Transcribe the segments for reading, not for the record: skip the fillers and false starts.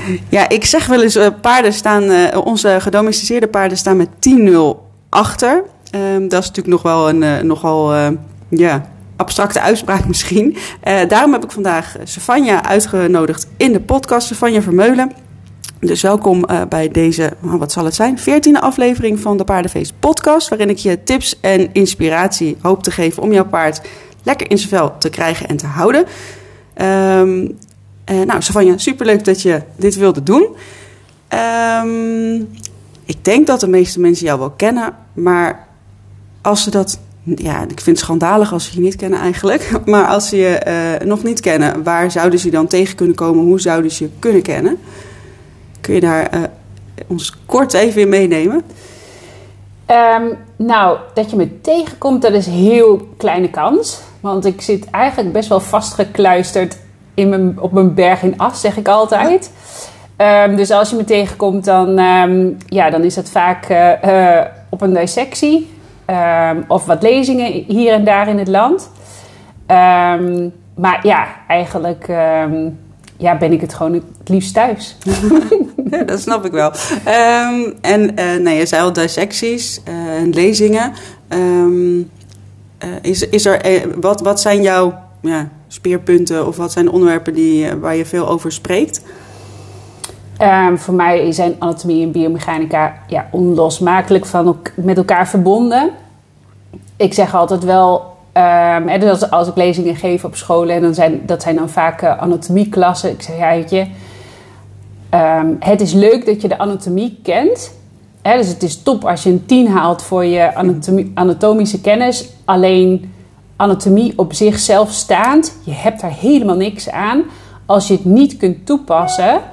Ja, ik zeg wel eens, onze gedomesticeerde paarden staan met 10-0 achter. Dat is natuurlijk nog wel een nogal abstracte uitspraak misschien. Daarom heb ik vandaag Stefania uitgenodigd in de podcast, Stefania Vermeulen. Dus welkom bij deze, wat zal het zijn, 14e aflevering van de Paardenfeest podcast, waarin ik je tips en inspiratie hoop te geven om jouw paard lekker in zijn vel te krijgen en te houden. Stefania, superleuk dat je dit wilde doen. Ik denk dat de meeste mensen jou wel kennen, maar als ze dat... Ja, ik vind het schandalig als ze je niet kennen eigenlijk. Maar als ze je nog niet kennen, waar zouden ze je dan tegen kunnen komen? Hoe zouden ze je kunnen kennen? Kun je daar ons kort even in meenemen? Dat je me tegenkomt, dat is een heel kleine kans. Want ik zit eigenlijk best wel vastgekluisterd op mijn berg in As, zeg ik altijd. Dus als je me tegenkomt, dan is dat vaak op een dissectie. Of wat lezingen hier en daar in het land. Maar ja, eigenlijk ben ik het gewoon het liefst thuis. Ja, dat snap ik wel. Je zei al dissecties en lezingen. Wat zijn jouw speerpunten of wat zijn de onderwerpen waar je veel over spreekt? Voor mij zijn anatomie en biomechanica onlosmakelijk met elkaar verbonden. Ik zeg altijd wel, dus als ik lezingen geef op scholen, en dat zijn dan vaak anatomieklassen. Ik zeg, het is leuk dat je de anatomie kent. Dus het is top als je een 10 haalt voor je anatomische kennis. Alleen anatomie op zichzelf staand, je hebt daar helemaal niks aan. Als je het niet kunt toepassen...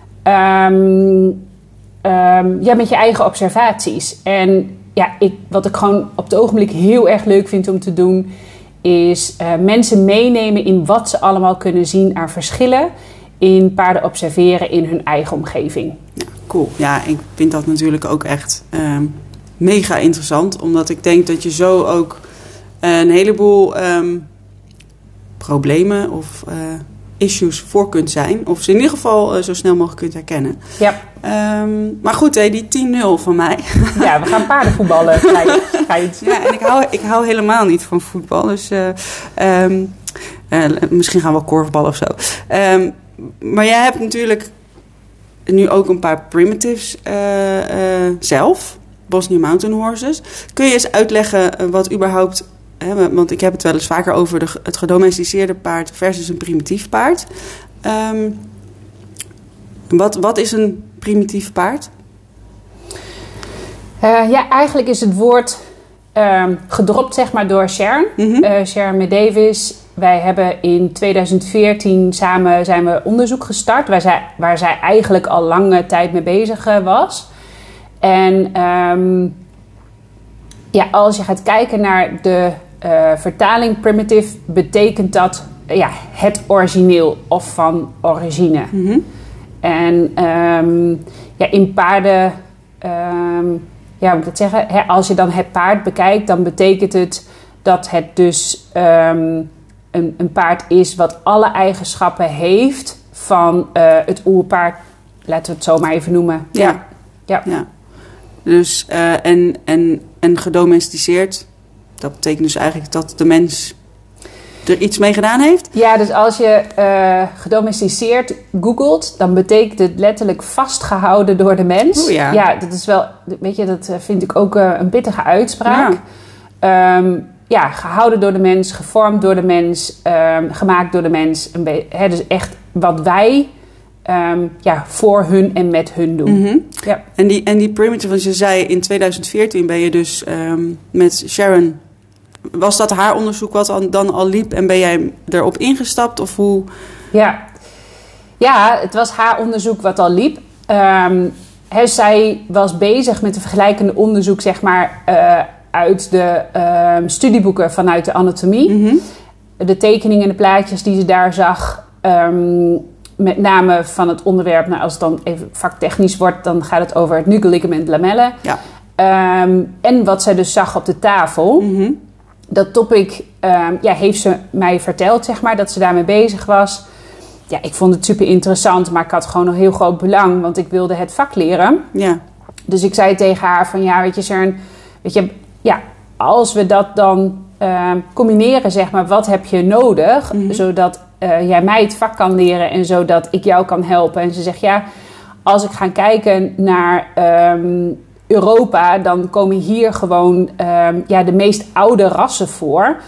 met je eigen observaties. En wat ik gewoon op het ogenblik heel erg leuk vind om te doen, is mensen meenemen in wat ze allemaal kunnen zien aan verschillen in paarden observeren in hun eigen omgeving. Ja, cool. Ja, ik vind dat natuurlijk ook echt mega interessant, omdat ik denk dat je zo ook een heleboel problemen of issues voor kunt zijn. Of ze in ieder geval zo snel mogelijk kunt herkennen. Ja. Maar goed, die 10-0 van mij. Ja, we gaan paardenvoetballen. Ja, en ik hou helemaal niet van voetbal. Dus misschien gaan we wel korfballen of zo. Maar jij hebt natuurlijk nu ook een paar primitives zelf. Bosnian Mountain Horses. Kun je eens uitleggen wat überhaupt... want ik heb het wel eens vaker over het gedomesticeerde paard versus een primitief paard. Wat is een primitief paard? Eigenlijk is het woord gedropt zeg maar door Sharon. Mm-hmm. Sharon McDavis. Wij hebben in 2014 samen zijn we onderzoek gestart. Waar zij eigenlijk al lange tijd mee bezig was. En als je gaat kijken naar de vertaling primitive, betekent dat het origineel of van origine. Mm-hmm. En in paarden, hoe moet ik dat zeggen? Als je dan het paard bekijkt, dan betekent het dat het dus een paard is wat alle eigenschappen heeft van het oerpaard. Laten we het zo maar even noemen. Ja. Dus en gedomesticeerd, dat betekent dus eigenlijk dat de mens er iets mee gedaan heeft? Ja, dus als je gedomesticeerd googelt, dan betekent het letterlijk vastgehouden door de mens. Oeh, ja. Ja, dat is wel, weet je, dat vind ik ook een pittige uitspraak. Ja. Gehouden door de mens, gevormd door de mens, gemaakt door de mens. Dus echt wat wij voor hun en met hun doen. Mm-hmm. Ja. En die primitive, want je zei in 2014 ben je dus met Sharon... Was dat haar onderzoek wat dan al liep en ben jij erop ingestapt of hoe? Ja, het was haar onderzoek wat al liep. Zij was bezig met een vergelijkende onderzoek, zeg maar, uit de studieboeken vanuit de anatomie. Mm-hmm. De tekeningen en de plaatjes die ze daar zag, met name van het onderwerp, als het dan even vaktechnisch wordt, dan gaat het over het nucleoligament lamellen. Ja. En wat zij dus zag op de tafel. Mm-hmm. Dat topic heeft ze mij verteld, zeg maar, dat ze daarmee bezig was. ik vond het super interessant, maar ik had gewoon een heel groot belang, want ik wilde het vak leren. Ja. Dus ik zei tegen haar van als we dat dan combineren, zeg maar, wat heb je nodig, zodat jij mij het vak kan leren en zodat ik jou kan helpen. En ze zegt, als ik ga kijken naar Europa, dan komen hier gewoon de meest oude rassen voor.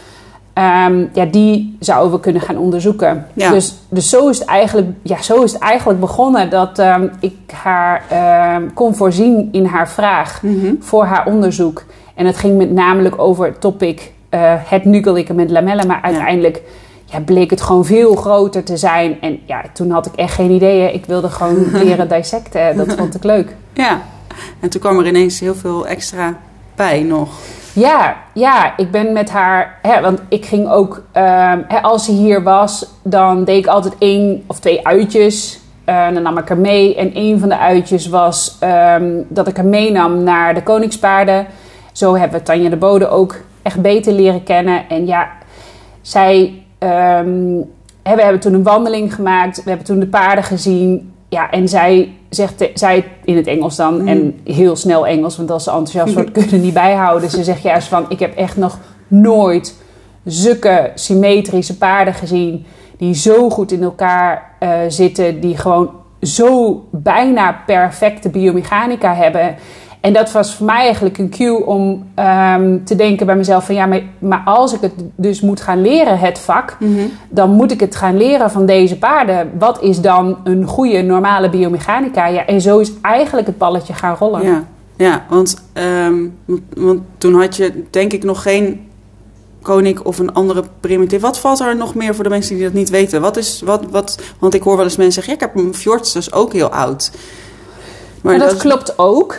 Die zouden we kunnen gaan onderzoeken. Ja. Dus zo is het eigenlijk begonnen dat ik haar kon voorzien in haar vraag voor haar onderzoek. En het ging met namelijk over het topic het nucleoligament lamellen. Maar uiteindelijk bleek het gewoon veel groter te zijn. En toen had ik echt geen idee. Ik wilde gewoon leren dissecten. Dat vond ik leuk. Ja, en toen kwam er ineens heel veel extra bij nog. Ja, ik ben met haar... want ik ging ook... als ze hier was, dan deed ik altijd 1 of 2 uitjes. Dan nam ik haar mee. En een van de uitjes was dat ik haar meenam naar de koningspaarden. Zo hebben we Tanja de Bode ook echt beter leren kennen. En zij... we hebben toen een wandeling gemaakt. We hebben toen de paarden gezien. Ja, en zij in het Engels dan, en heel snel Engels, want als ze enthousiast wordt, kunnen er niet bijhouden. Ze zegt juist van, ik heb echt nog nooit zulke symmetrische paarden gezien, die zo goed in elkaar zitten, die gewoon zo bijna perfecte biomechanica hebben. En dat was voor mij eigenlijk een cue om te denken bij mezelf van maar als ik het dus moet gaan leren, het vak, dan moet ik het gaan leren van deze paarden. Wat is dan een goede normale biomechanica? En zo is eigenlijk het balletje gaan rollen. Ja, want toen had je denk ik nog geen koning of een andere primitief. Wat valt er nog meer voor de mensen die dat niet weten? Want ik hoor wel eens mensen zeggen, ik heb een fjord, dat is ook heel oud. Maar dat klopt ook.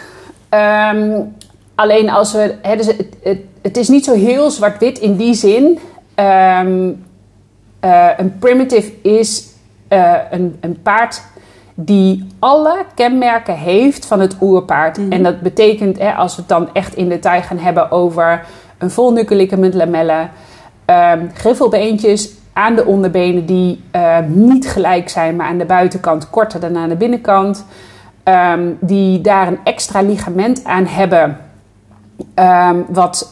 Alleen als we... Dus het is niet zo heel zwart-wit in die zin. Een primitive is een paard die alle kenmerken heeft van het oerpaard. En dat betekent, als we het dan echt in detail gaan hebben over een vol nucleoligament lamellen, griffelbeentjes aan de onderbenen die niet gelijk zijn, maar aan de buitenkant korter dan aan de binnenkant. Die daar een extra ligament aan hebben. Wat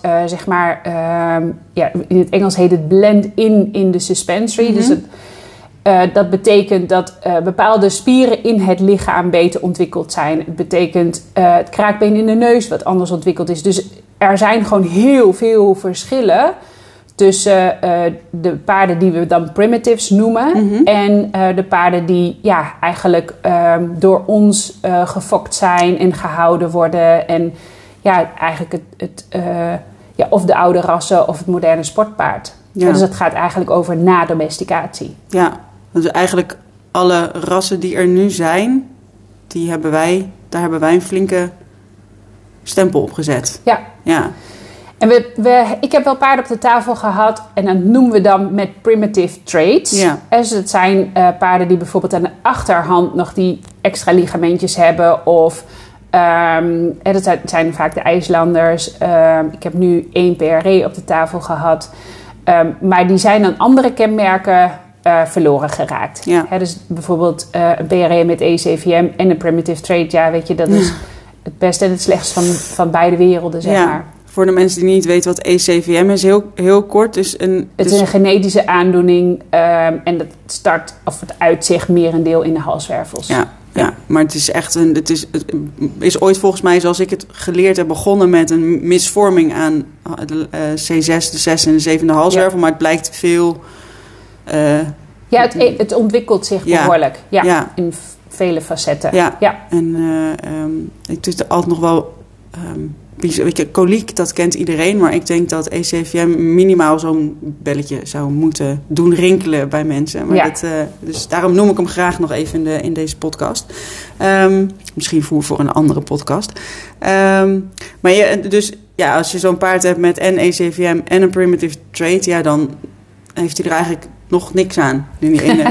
in het Engels heet het blend in de suspensory. Dus dat betekent dat bepaalde spieren in het lichaam beter ontwikkeld zijn. Het betekent het kraakbeen in de neus wat anders ontwikkeld is. Dus er zijn gewoon heel veel verschillen tussen de paarden die we dan primitives noemen en de paarden die eigenlijk door ons gefokt zijn en gehouden worden. En eigenlijk of de oude rassen of het moderne sportpaard. Ja. Dus het gaat eigenlijk over nadomesticatie. Ja, dus eigenlijk alle rassen die er nu zijn, daar hebben wij een flinke stempel op gezet. Ja. En ik heb wel paarden op de tafel gehad en dat noemen we dan met primitive traits. Ja. Dus het zijn paarden die bijvoorbeeld aan de achterhand nog die extra ligamentjes hebben. Of dat zijn vaak de IJslanders. Ik heb nu 1 PRE op de tafel gehad. Maar die zijn dan andere kenmerken verloren geraakt. Ja. Dus bijvoorbeeld een PRE met ECVM en een primitive trait. Ja, weet je, dat is het beste en het slechtste van beide werelden, zeg maar. Voor de mensen die niet weten wat ECVM is, heel kort. Het is een genetische aandoening en het uitzicht merendeel in de halswervels. Ja, maar het is echt het is ooit volgens mij, zoals ik het geleerd heb, begonnen met een misvorming aan de C6, de 6 en de 7e halswervel. Ja. Maar het blijkt veel... het ontwikkelt zich behoorlijk. Ja, in vele facetten. Ja. En het is altijd nog wel... weet je, koliek, dat kent iedereen, maar ik denk dat ECVM minimaal zo'n belletje zou moeten doen rinkelen bij mensen. Maar dus daarom noem ik hem graag nog even in deze podcast. Misschien voor een andere podcast. Maar als je zo'n paard hebt met en ECVM en een primitive trait, dan heeft hij er eigenlijk nog niks aan. In die ene.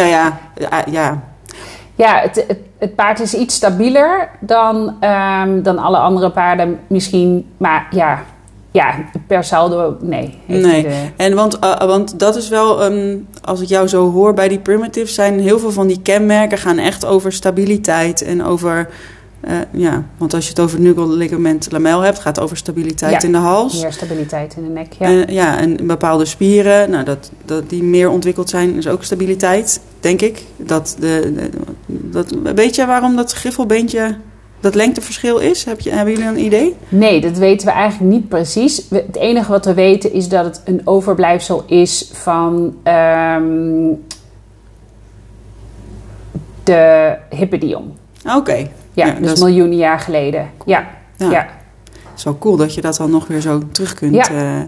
Ja, het paard is iets stabieler dan alle andere paarden misschien. Maar ja, per saldo, nee. Nee, en want dat is wel, als ik jou zo hoor bij die primitives, zijn heel veel van die kenmerken gaan echt over stabiliteit en over, want als je het over het nucleus lamel hebt, gaat het over stabiliteit in de hals. Meer stabiliteit in de nek, ja. En bepaalde spieren, nou, dat die meer ontwikkeld zijn, is ook stabiliteit, denk ik. Weet je waarom dat griffelbeentje dat lengteverschil is? Hebben jullie een idee? Nee, dat weten we eigenlijk niet precies. Het enige wat we weten is dat het een overblijfsel is van de Hippidium. Oké. Ja, dus miljoenen jaar geleden. Ja. Het is wel cool dat je dat dan nog weer zo terug kunt. Ja.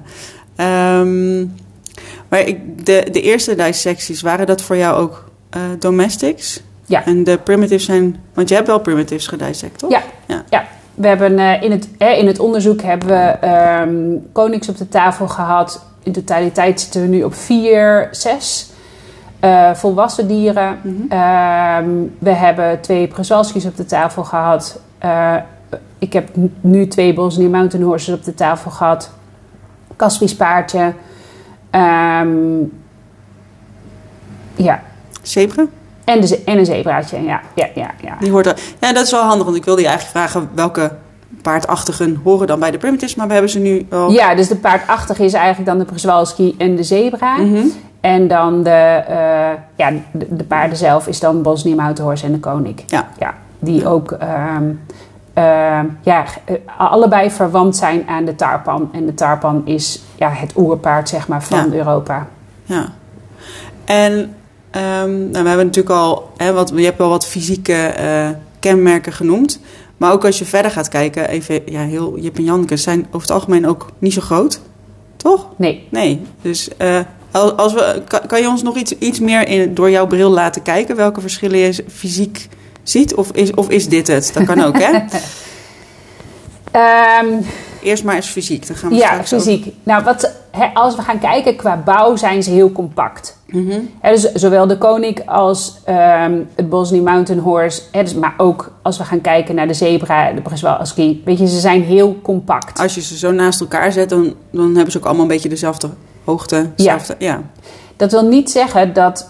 Maar de eerste dissecties, waren dat voor jou ook domestics? Ja. En de primitives zijn... Want je hebt wel primitives gedissect, toch? Ja. We hebben in het onderzoek hebben we konings op de tafel gehad. In totaliteit zitten we nu op 6 volwassen dieren. Mm-hmm. We hebben 2 Przewalski's op de tafel gehad. Ik heb nu 2 Bosnia Mountain Horses op de tafel gehad. Caspisch paardje. Zebra? En een zebraatje, ja. Die hoort er. Ja, dat is wel handig, want ik wilde je eigenlijk vragen welke paardachtigen horen dan bij de primitives, maar we hebben ze nu al... Ja, dus de paardachtige is eigenlijk dan de Przewalski en de zebra. Mm-hmm. En dan de paarden zelf is dan Bosnia Mountain Horse en de koning. Ja, die ook allebei verwant zijn aan de tarpan. En de tarpan is het oerpaard, zeg maar, van Europa. Ja. En we hebben natuurlijk al, je hebt wel wat fysieke kenmerken genoemd. Maar ook als je verder gaat kijken, heel Jip en Janneke zijn over het algemeen ook niet zo groot. Toch? Nee. Dus kan je ons nog iets meer door jouw bril laten kijken? Welke verschillen je fysiek ziet? Of is dit het? Dat kan ook, hè? Eerst maar eens fysiek. Dan gaan we fysiek. Over. Nou, als we gaan kijken qua bouw zijn ze heel compact. Mm-hmm. Dus zowel de koning als het Bosnia Mountain Horse. Maar ook als we gaan kijken naar de zebra, de Przewalski. Weet je, ze zijn heel compact. Als je ze zo naast elkaar zet, dan hebben ze ook allemaal een beetje dezelfde hoogte. Ja. Dat wil niet zeggen dat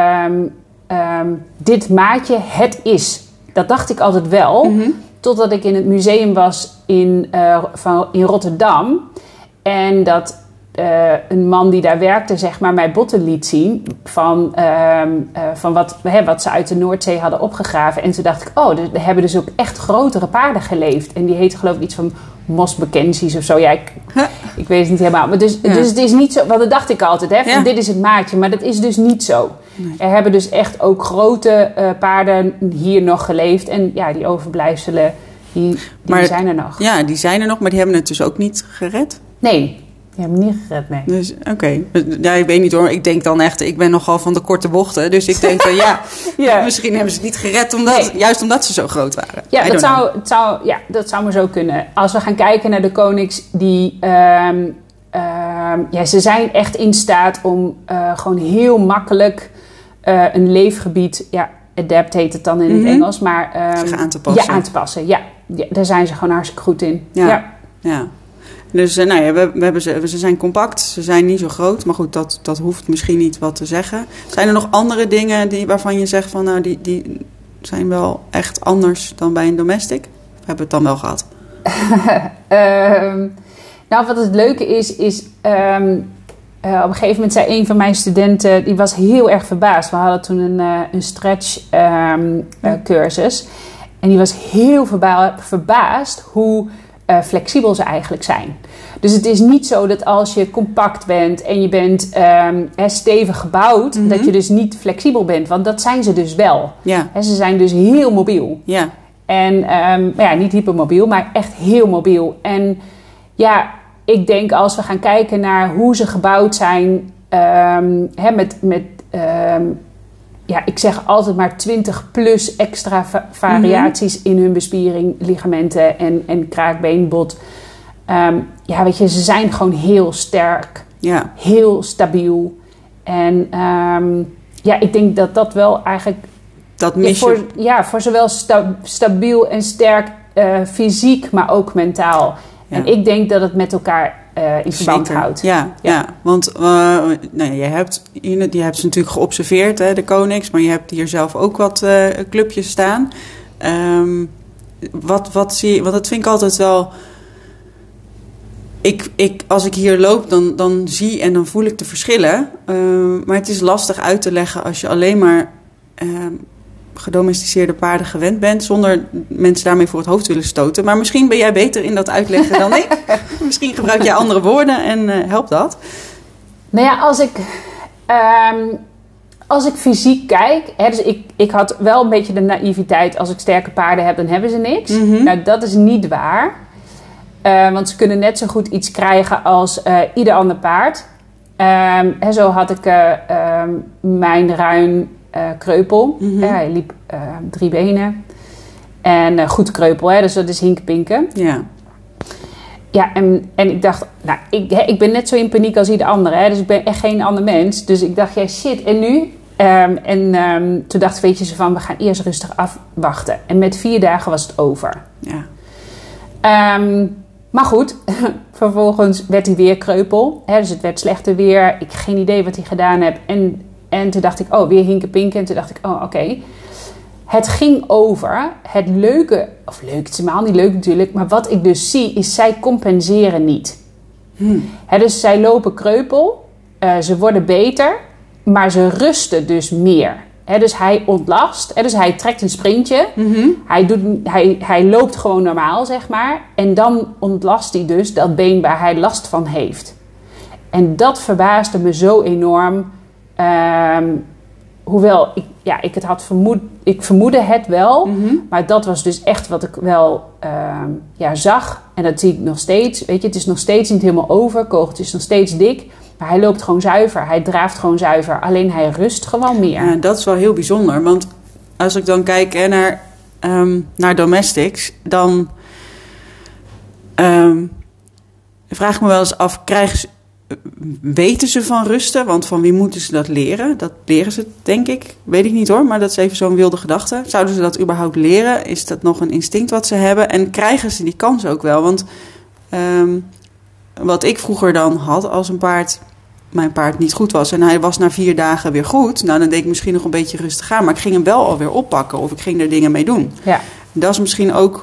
dit maatje het is. Dat dacht ik altijd wel. Mm-hmm. Totdat ik in het museum was in Rotterdam. En dat een man die daar werkte, zeg maar, mij botten liet zien van wat ze uit de Noordzee hadden opgegraven. En toen dacht ik, er hebben dus ook echt grotere paarden geleefd. En die heette geloof ik iets van Moss Mackenzies of zo. Ja, ik weet het niet helemaal. Maar dus het is niet zo, want dat dacht ik altijd, van dit is het maatje. Maar dat is dus niet zo. Nee. Er hebben dus echt ook grote paarden hier nog geleefd. En die overblijfselen, die zijn er nog. Ja, die zijn er nog, maar die hebben het dus ook niet gered? Nee. Die hebben niet gered, nee. Dus, oké. Ja, ik weet niet hoor. Ik denk dan echt, ik ben nogal van de korte bochten. Dus ik denk misschien hebben ze het niet gered juist omdat ze zo groot waren. Ja, dat zou maar zo kunnen. Als we gaan kijken naar de konings die... ze zijn echt in staat om gewoon heel makkelijk een leefgebied... Ja, adapt heet het dan in het Engels, maar... zich aan te passen. Ja, aan te passen. Ja, daar zijn ze gewoon hartstikke goed in. Ja. Dus ze zijn compact, ze zijn niet zo groot. Maar goed, dat hoeft misschien niet wat te zeggen. Zijn er nog andere dingen waarvan je zegt van... die zijn wel echt anders dan bij een domestic? Of hebben we het dan wel gehad? Wat het leuke is... op een gegeven moment zei een van mijn studenten... die was heel erg verbaasd. We hadden toen een stretch cursus. En die was heel verbaasd hoe... flexibel ze eigenlijk zijn. Dus het is niet zo dat als je compact bent en je bent stevig gebouwd, dat je dus niet flexibel bent. Want dat zijn ze dus wel. Ja. Ze zijn dus heel mobiel. Ja. En niet hypermobiel, maar echt heel mobiel. En ik denk als we gaan kijken naar hoe ze gebouwd zijn ik zeg altijd maar 20 plus extra variaties in hun bespiering, ligamenten en kraakbeen, bot. Ze zijn gewoon heel sterk. Ja. Heel stabiel. En ik denk dat wel eigenlijk... Dat mis je. Voor zowel stabiel en sterk fysiek, maar ook mentaal. Ja. En ik denk dat het met elkaar in verband houdt. Ja. Want je hebt ze natuurlijk geobserveerd, hè, de Konink's, maar je hebt hier zelf ook wat clubjes staan. Wat zie je? Want dat vind ik altijd wel. Als ik hier loop, dan zie en dan voel ik de verschillen. Maar het is lastig uit te leggen als je alleen maar gedomesticeerde paarden gewend bent, zonder mensen daarmee voor het hoofd willen stoten. Maar misschien ben jij beter in dat uitleggen dan ik. Misschien gebruik jij andere woorden en helpt dat. Nou ja, als ik fysiek kijk, hè, dus ik had wel een beetje de naïviteit, als ik sterke paarden heb, dan hebben ze niks. Mm-hmm. Nou, dat is niet waar. Want ze kunnen net zo goed iets krijgen als ieder ander paard. En zo had ik mijn ruin kreupel. Mm-hmm. Hij liep 3 benen. En goed kreupel, hè, dus dat is hinkpinken. Ja. Ja, en ik dacht, nou, ik ben net zo in paniek als ieder ander. Hè, dus ik ben echt geen ander mens. Dus ik dacht, ja, shit, en nu? Toen dacht ik, weet je, ze van, we gaan eerst rustig afwachten. En met 4 dagen was het over. Ja. Maar goed, vervolgens werd hij weer kreupel. Hè, dus het werd slechter weer. Ik heb geen idee wat hij gedaan heeft. En toen dacht ik, weer hinkenpinken. En toen dacht ik, oké. Het ging over het leuke, of leuk, het is helemaal niet leuk natuurlijk. Maar wat ik dus zie, is zij compenseren niet. Hè, dus zij lopen kreupel. Ze worden beter. Maar ze rusten dus meer. He, dus hij ontlast. He, dus hij trekt een sprintje. Mm-hmm. Hij loopt gewoon normaal, zeg maar. En dan ontlast hij dus dat been waar hij last van heeft. En dat verbaasde me zo enorm. Hoewel ik het had ik vermoedde het wel. Mm-hmm. Maar dat was dus echt wat ik wel zag. En dat zie ik nog steeds. Weet je, het is nog steeds niet helemaal over. Kogeltje is nog steeds dik. Maar hij loopt gewoon zuiver. Hij draaft gewoon zuiver. Alleen hij rust gewoon meer. Ja, dat is wel heel bijzonder. Want als ik dan kijk naar domestics, dan vraag ik me wel eens af, weten ze van rusten? Want van wie moeten ze dat leren? Dat leren ze, denk ik. Weet ik niet hoor, maar dat is even zo'n wilde gedachte. Zouden ze dat überhaupt leren? Is dat nog een instinct wat ze hebben? En krijgen ze die kans ook wel? Want wat ik vroeger dan had als mijn paard niet goed was en hij was na 4 dagen weer goed, nou dan deed ik misschien nog een beetje rustig aan, maar ik ging hem wel alweer oppakken of ik ging er dingen mee doen. Ja. Dat is misschien ook,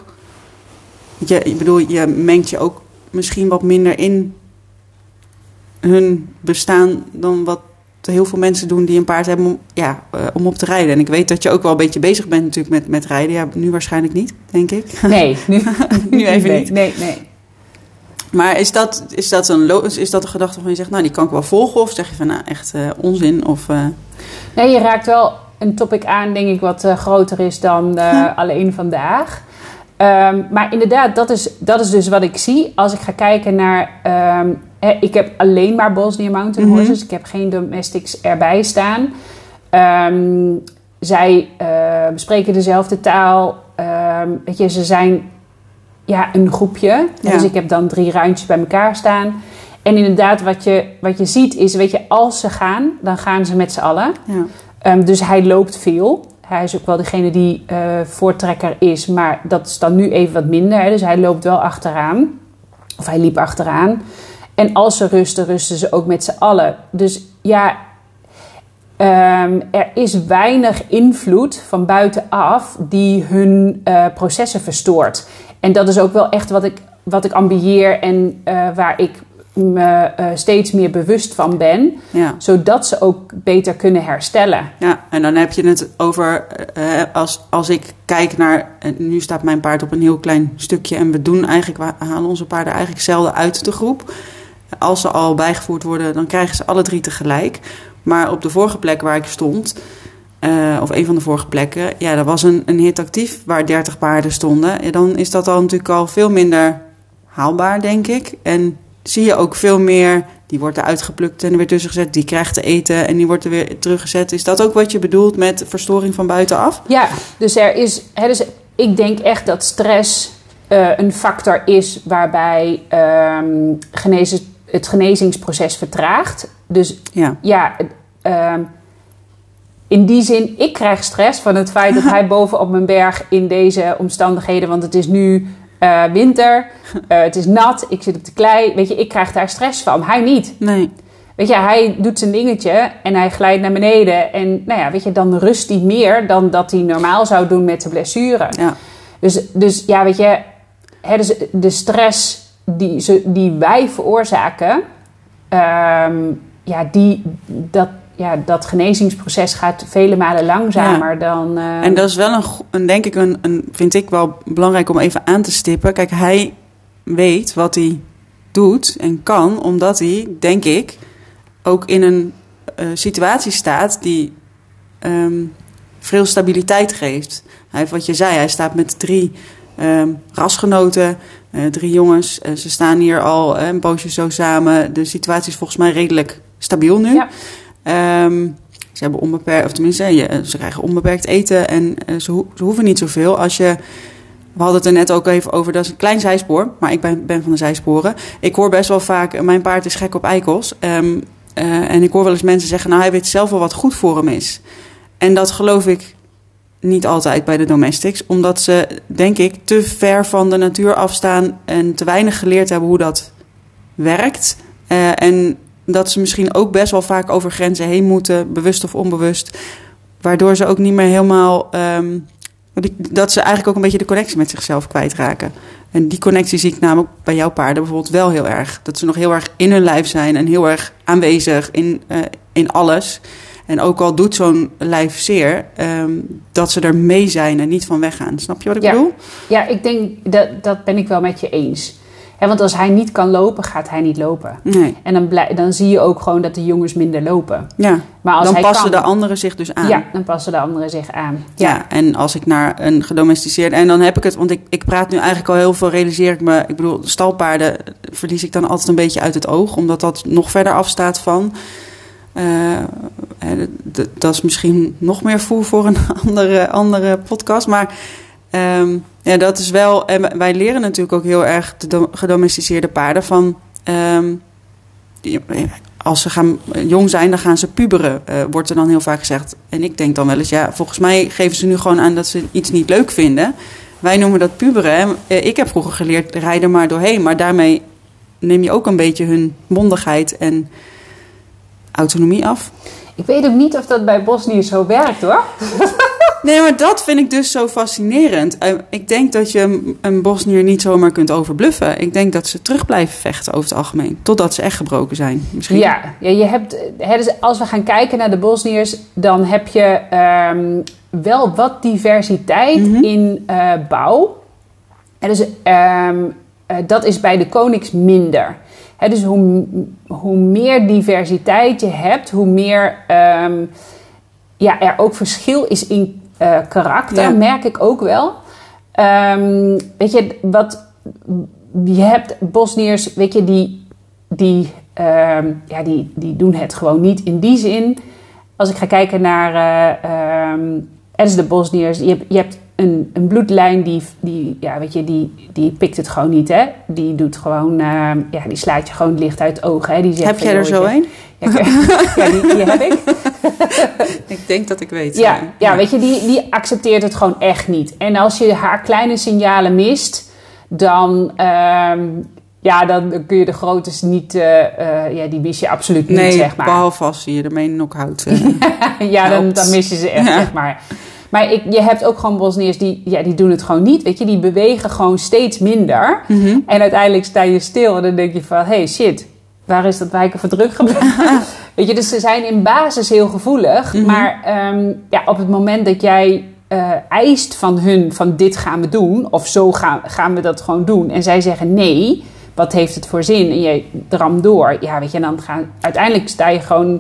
je mengt je ook misschien wat minder in hun bestaan dan wat heel veel mensen doen die een paard hebben om op te rijden. En ik weet dat je ook wel een beetje bezig bent natuurlijk met rijden. Ja, nu waarschijnlijk niet, denk ik. Nee, nu even niet. Nee. Maar is dat een gedachte waarvan je zegt, nou, die kan ik wel volgen? Of zeg je van, nou, echt onzin? Of, Nee, je raakt wel een topic aan, denk ik, wat groter is dan alleen vandaag. Maar inderdaad, dat is dus wat ik zie. Als ik ga kijken naar... ik heb alleen maar Bosnian Mountain Horses. Mm-hmm. Ik heb geen domestics erbij staan. Zij bespreken dezelfde taal. Weet je, ze zijn... Ja, een groepje. Ja. Dus ik heb dan 3 ruintjes bij elkaar staan. En inderdaad, wat je ziet is, weet je, als ze gaan, dan gaan ze met z'n allen. Ja. Dus hij loopt veel. Hij is ook wel degene die voortrekker is, maar dat is dan nu even wat minder. Hè? Dus hij loopt wel achteraan. Of hij liep achteraan. En als ze rusten ze ook met z'n allen. Dus ja, er is weinig invloed van buitenaf die hun processen verstoort. En dat is ook wel echt wat ik ambieer en waar ik me steeds meer bewust van ben. Ja. Zodat ze ook beter kunnen herstellen. Ja, en dan heb je het over... als ik kijk naar... Nu staat mijn paard op een heel klein stukje. En we halen onze paarden eigenlijk zelden uit de groep. Als ze al bijgevoerd worden, dan krijgen ze alle 3 tegelijk. Maar op de vorige plek waar ik stond... of een van de vorige plekken... Ja, dat was een hit actief waar 30 paarden stonden. Ja, dan is dat al natuurlijk al veel minder haalbaar, denk ik. En zie je ook veel meer... Die wordt eruit geplukt en er weer tussen gezet. Die krijgt te eten en die wordt er weer teruggezet. Is dat ook wat je bedoelt met verstoring van buitenaf? Ja, dus er is... Dus ik denk echt dat stress een factor is... waarbij het genezingsproces vertraagt. Dus in die zin, ik krijg stress van het feit dat hij boven op mijn berg in deze omstandigheden... want het is nu winter, het is nat, ik zit op de klei. Weet je, ik krijg daar stress van. Hij niet. Nee. Weet je, hij doet zijn dingetje en hij glijdt naar beneden. En nou ja, weet je, dan rust hij meer dan dat hij normaal zou doen met zijn blessure. Ja. Dus ja, weet je, dus de stress die wij veroorzaken, dat genezingsproces gaat vele malen langzamer dan... En dat is wel denk ik vind ik wel belangrijk om even aan te stippen. Kijk, hij weet wat hij doet en kan, omdat hij, denk ik, ook in een situatie staat die veel stabiliteit geeft. Hij heeft wat je zei, hij staat met 3 rasgenoten, 3 jongens. Ze staan hier al een poosje zo samen. De situatie is volgens mij redelijk stabiel nu. Ja. Ze hebben onbeperkt, of tenminste, ze krijgen onbeperkt eten en ze hoeven niet zoveel. We hadden het er net ook even over, dat is een klein zijspoor, maar ik ben van de zijsporen. Ik hoor best wel vaak, mijn paard is gek op eikels. En ik hoor wel eens mensen zeggen, nou, hij weet zelf wel wat goed voor hem is. En dat geloof ik niet altijd bij de domestics, omdat ze, denk ik, te ver van de natuur afstaan en te weinig geleerd hebben hoe dat werkt. En dat ze misschien ook best wel vaak over grenzen heen moeten, bewust of onbewust, waardoor ze ook niet meer helemaal... dat ze eigenlijk ook een beetje de connectie met zichzelf kwijtraken. En die connectie zie ik namelijk bij jouw paarden bijvoorbeeld wel heel erg. Dat ze nog heel erg in hun lijf zijn en heel erg aanwezig in alles. En ook al doet zo'n lijf zeer, dat ze er mee zijn en niet van weggaan. Snap je wat ik bedoel? Ja, ik denk, dat ben ik wel met je eens. Want als hij niet kan lopen, gaat hij niet lopen. Nee. En dan zie je ook gewoon dat de jongens minder lopen. Ja, maar als dan passen de anderen zich dus aan. Ja, dan passen de anderen zich aan. Ja, en als ik naar een gedomesticeerde... En dan heb ik het, want ik praat nu eigenlijk al heel veel, realiseer ik me... Ik bedoel, stalpaarden verlies ik dan altijd een beetje uit het oog, omdat dat nog verder afstaat van... dat is misschien nog meer voer voor een andere podcast, maar... dat is wel... En wij leren natuurlijk ook heel erg de gedomesticeerde paarden van... als ze gaan jong zijn, dan gaan ze puberen, wordt er dan heel vaak gezegd. En ik denk dan wel eens, ja, volgens mij geven ze nu gewoon aan dat ze iets niet leuk vinden. Wij noemen dat puberen. Ik heb vroeger geleerd, rijd er maar doorheen. Maar daarmee neem je ook een beetje hun mondigheid en autonomie af. Ik weet ook niet of dat bij Bosniërs zo werkt, hoor. Nee, maar dat vind ik dus zo fascinerend. Ik denk dat je een Bosnier niet zomaar kunt overbluffen. Ik denk dat ze terug blijven vechten over het algemeen. Totdat ze echt gebroken zijn, misschien. Ja, je hebt... Dus als we gaan kijken naar de Bosniërs, dan heb je wel wat diversiteit in bouw. En dus dat is bij de Koniks minder. Dus hoe meer diversiteit je hebt, hoe meer er ook verschil is in karakter, merk ik ook wel. Weet je, je hebt Bosniërs, weet je, die doen het gewoon niet in die zin. Als ik ga kijken naar de Bosniërs, je hebt een bloedlijn die pikt het gewoon niet, hè. Die doet gewoon, die slaat je gewoon licht uit het oog, hè. Die zegt, heb jij er zo een? Ja, die heb ik. Ik denk dat ik weet. Ja, weet je, die accepteert het gewoon echt niet. En als je haar kleine signalen mist, dan dan kun je de grootes niet... die mis je absoluut niet, zeg maar. Behalve als je ermee knock-out dan mis je ze echt, zeg maar. Maar je hebt ook gewoon Bosniërs die doen het gewoon niet. Weet je, die bewegen gewoon steeds minder. Mm-hmm. En uiteindelijk sta je stil en dan denk je van... Hey, shit, waar is dat wijken voor terug gebleven? Weet je, dus ze zijn in basis heel gevoelig. Mm-hmm. Maar op het moment dat jij eist van hun... van dit gaan we doen, of zo gaan we dat gewoon doen... en zij zeggen nee, wat heeft het voor zin? En jij ramt door. Ja, weet je, en dan uiteindelijk sta je gewoon...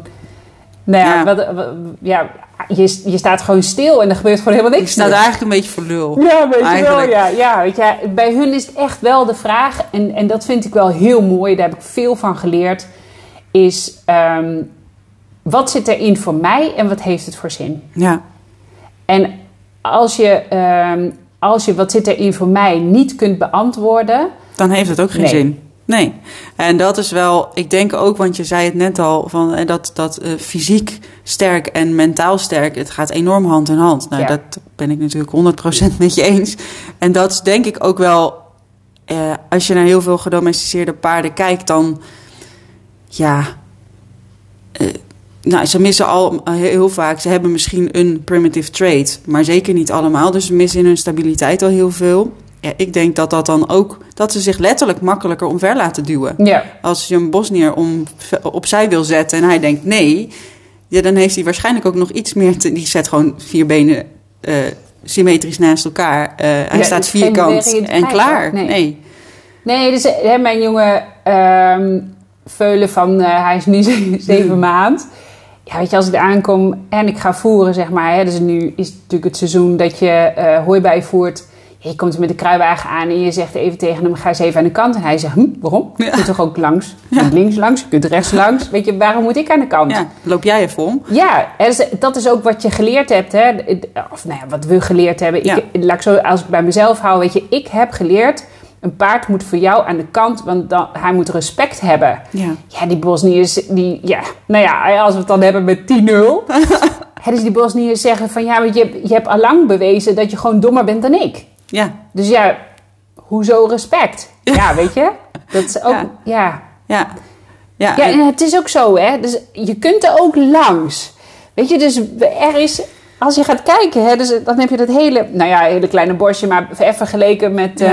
Je staat gewoon stil en er gebeurt gewoon helemaal niks. Je staat eigenlijk een beetje voor lul. Ja, weet je wel. Ja, weet je, bij hun is het echt wel de vraag, en dat vind ik wel heel mooi, daar heb ik veel van geleerd, is wat zit erin voor mij en wat heeft het voor zin? Ja. En als je wat zit erin voor mij niet kunt beantwoorden... Dan heeft het ook geen zin. Nee, en dat is wel, ik denk ook, want je zei het net al, van dat fysiek sterk en mentaal sterk, het gaat enorm hand in hand. Nou, dat ben ik natuurlijk 100% met je eens. En dat is denk ik ook wel als je naar heel veel gedomesticeerde paarden kijkt, dan ze missen al heel vaak. Ze hebben misschien een primitive trait, maar zeker niet allemaal. Dus ze missen in hun stabiliteit al heel veel. Ja, ik denk dat dan ook, dat ze zich letterlijk makkelijker omver laten duwen. Ja. Als je een bosnier opzij wil zetten en hij denkt nee, dan heeft hij waarschijnlijk ook nog iets meer die zet gewoon 4 benen symmetrisch naast elkaar. Hij staat vierkant en klaar. Nee, dus mijn jonge veulen van, hij is nu 7 maand. Ja, weet je, als ik aankom en ik ga voeren, zeg maar. Hè, dus nu is het natuurlijk het seizoen dat je hooi bijvoert. Je komt er met de kruiwagen aan en je zegt even tegen hem, ga eens even aan de kant. En hij zegt, waarom? Je kunt toch ook langs? Je kunt links langs, je kunt rechts langs. Weet je, waarom moet ik aan de kant? Ja, loop jij even om? Ja, dat is ook wat je geleerd hebt. Hè? Of wat we geleerd hebben. Ja. Als ik bij mezelf hou, weet je, ik heb geleerd, een paard moet voor jou aan de kant, want hij moet respect hebben. Ja, die Bosniërs, als we het dan hebben met 10-0... dus die Bosniërs zeggen van, ja, je hebt allang bewezen dat je gewoon dommer bent dan ik. Ja. Dus ja, hoezo respect? Ja, weet je? Dat is ook, ja, en het is ook zo, hè. Dus je kunt er ook langs. Weet je, dus er is, als je gaat kijken, hè, dus dan heb je dat hele kleine bosje, maar even vergeleken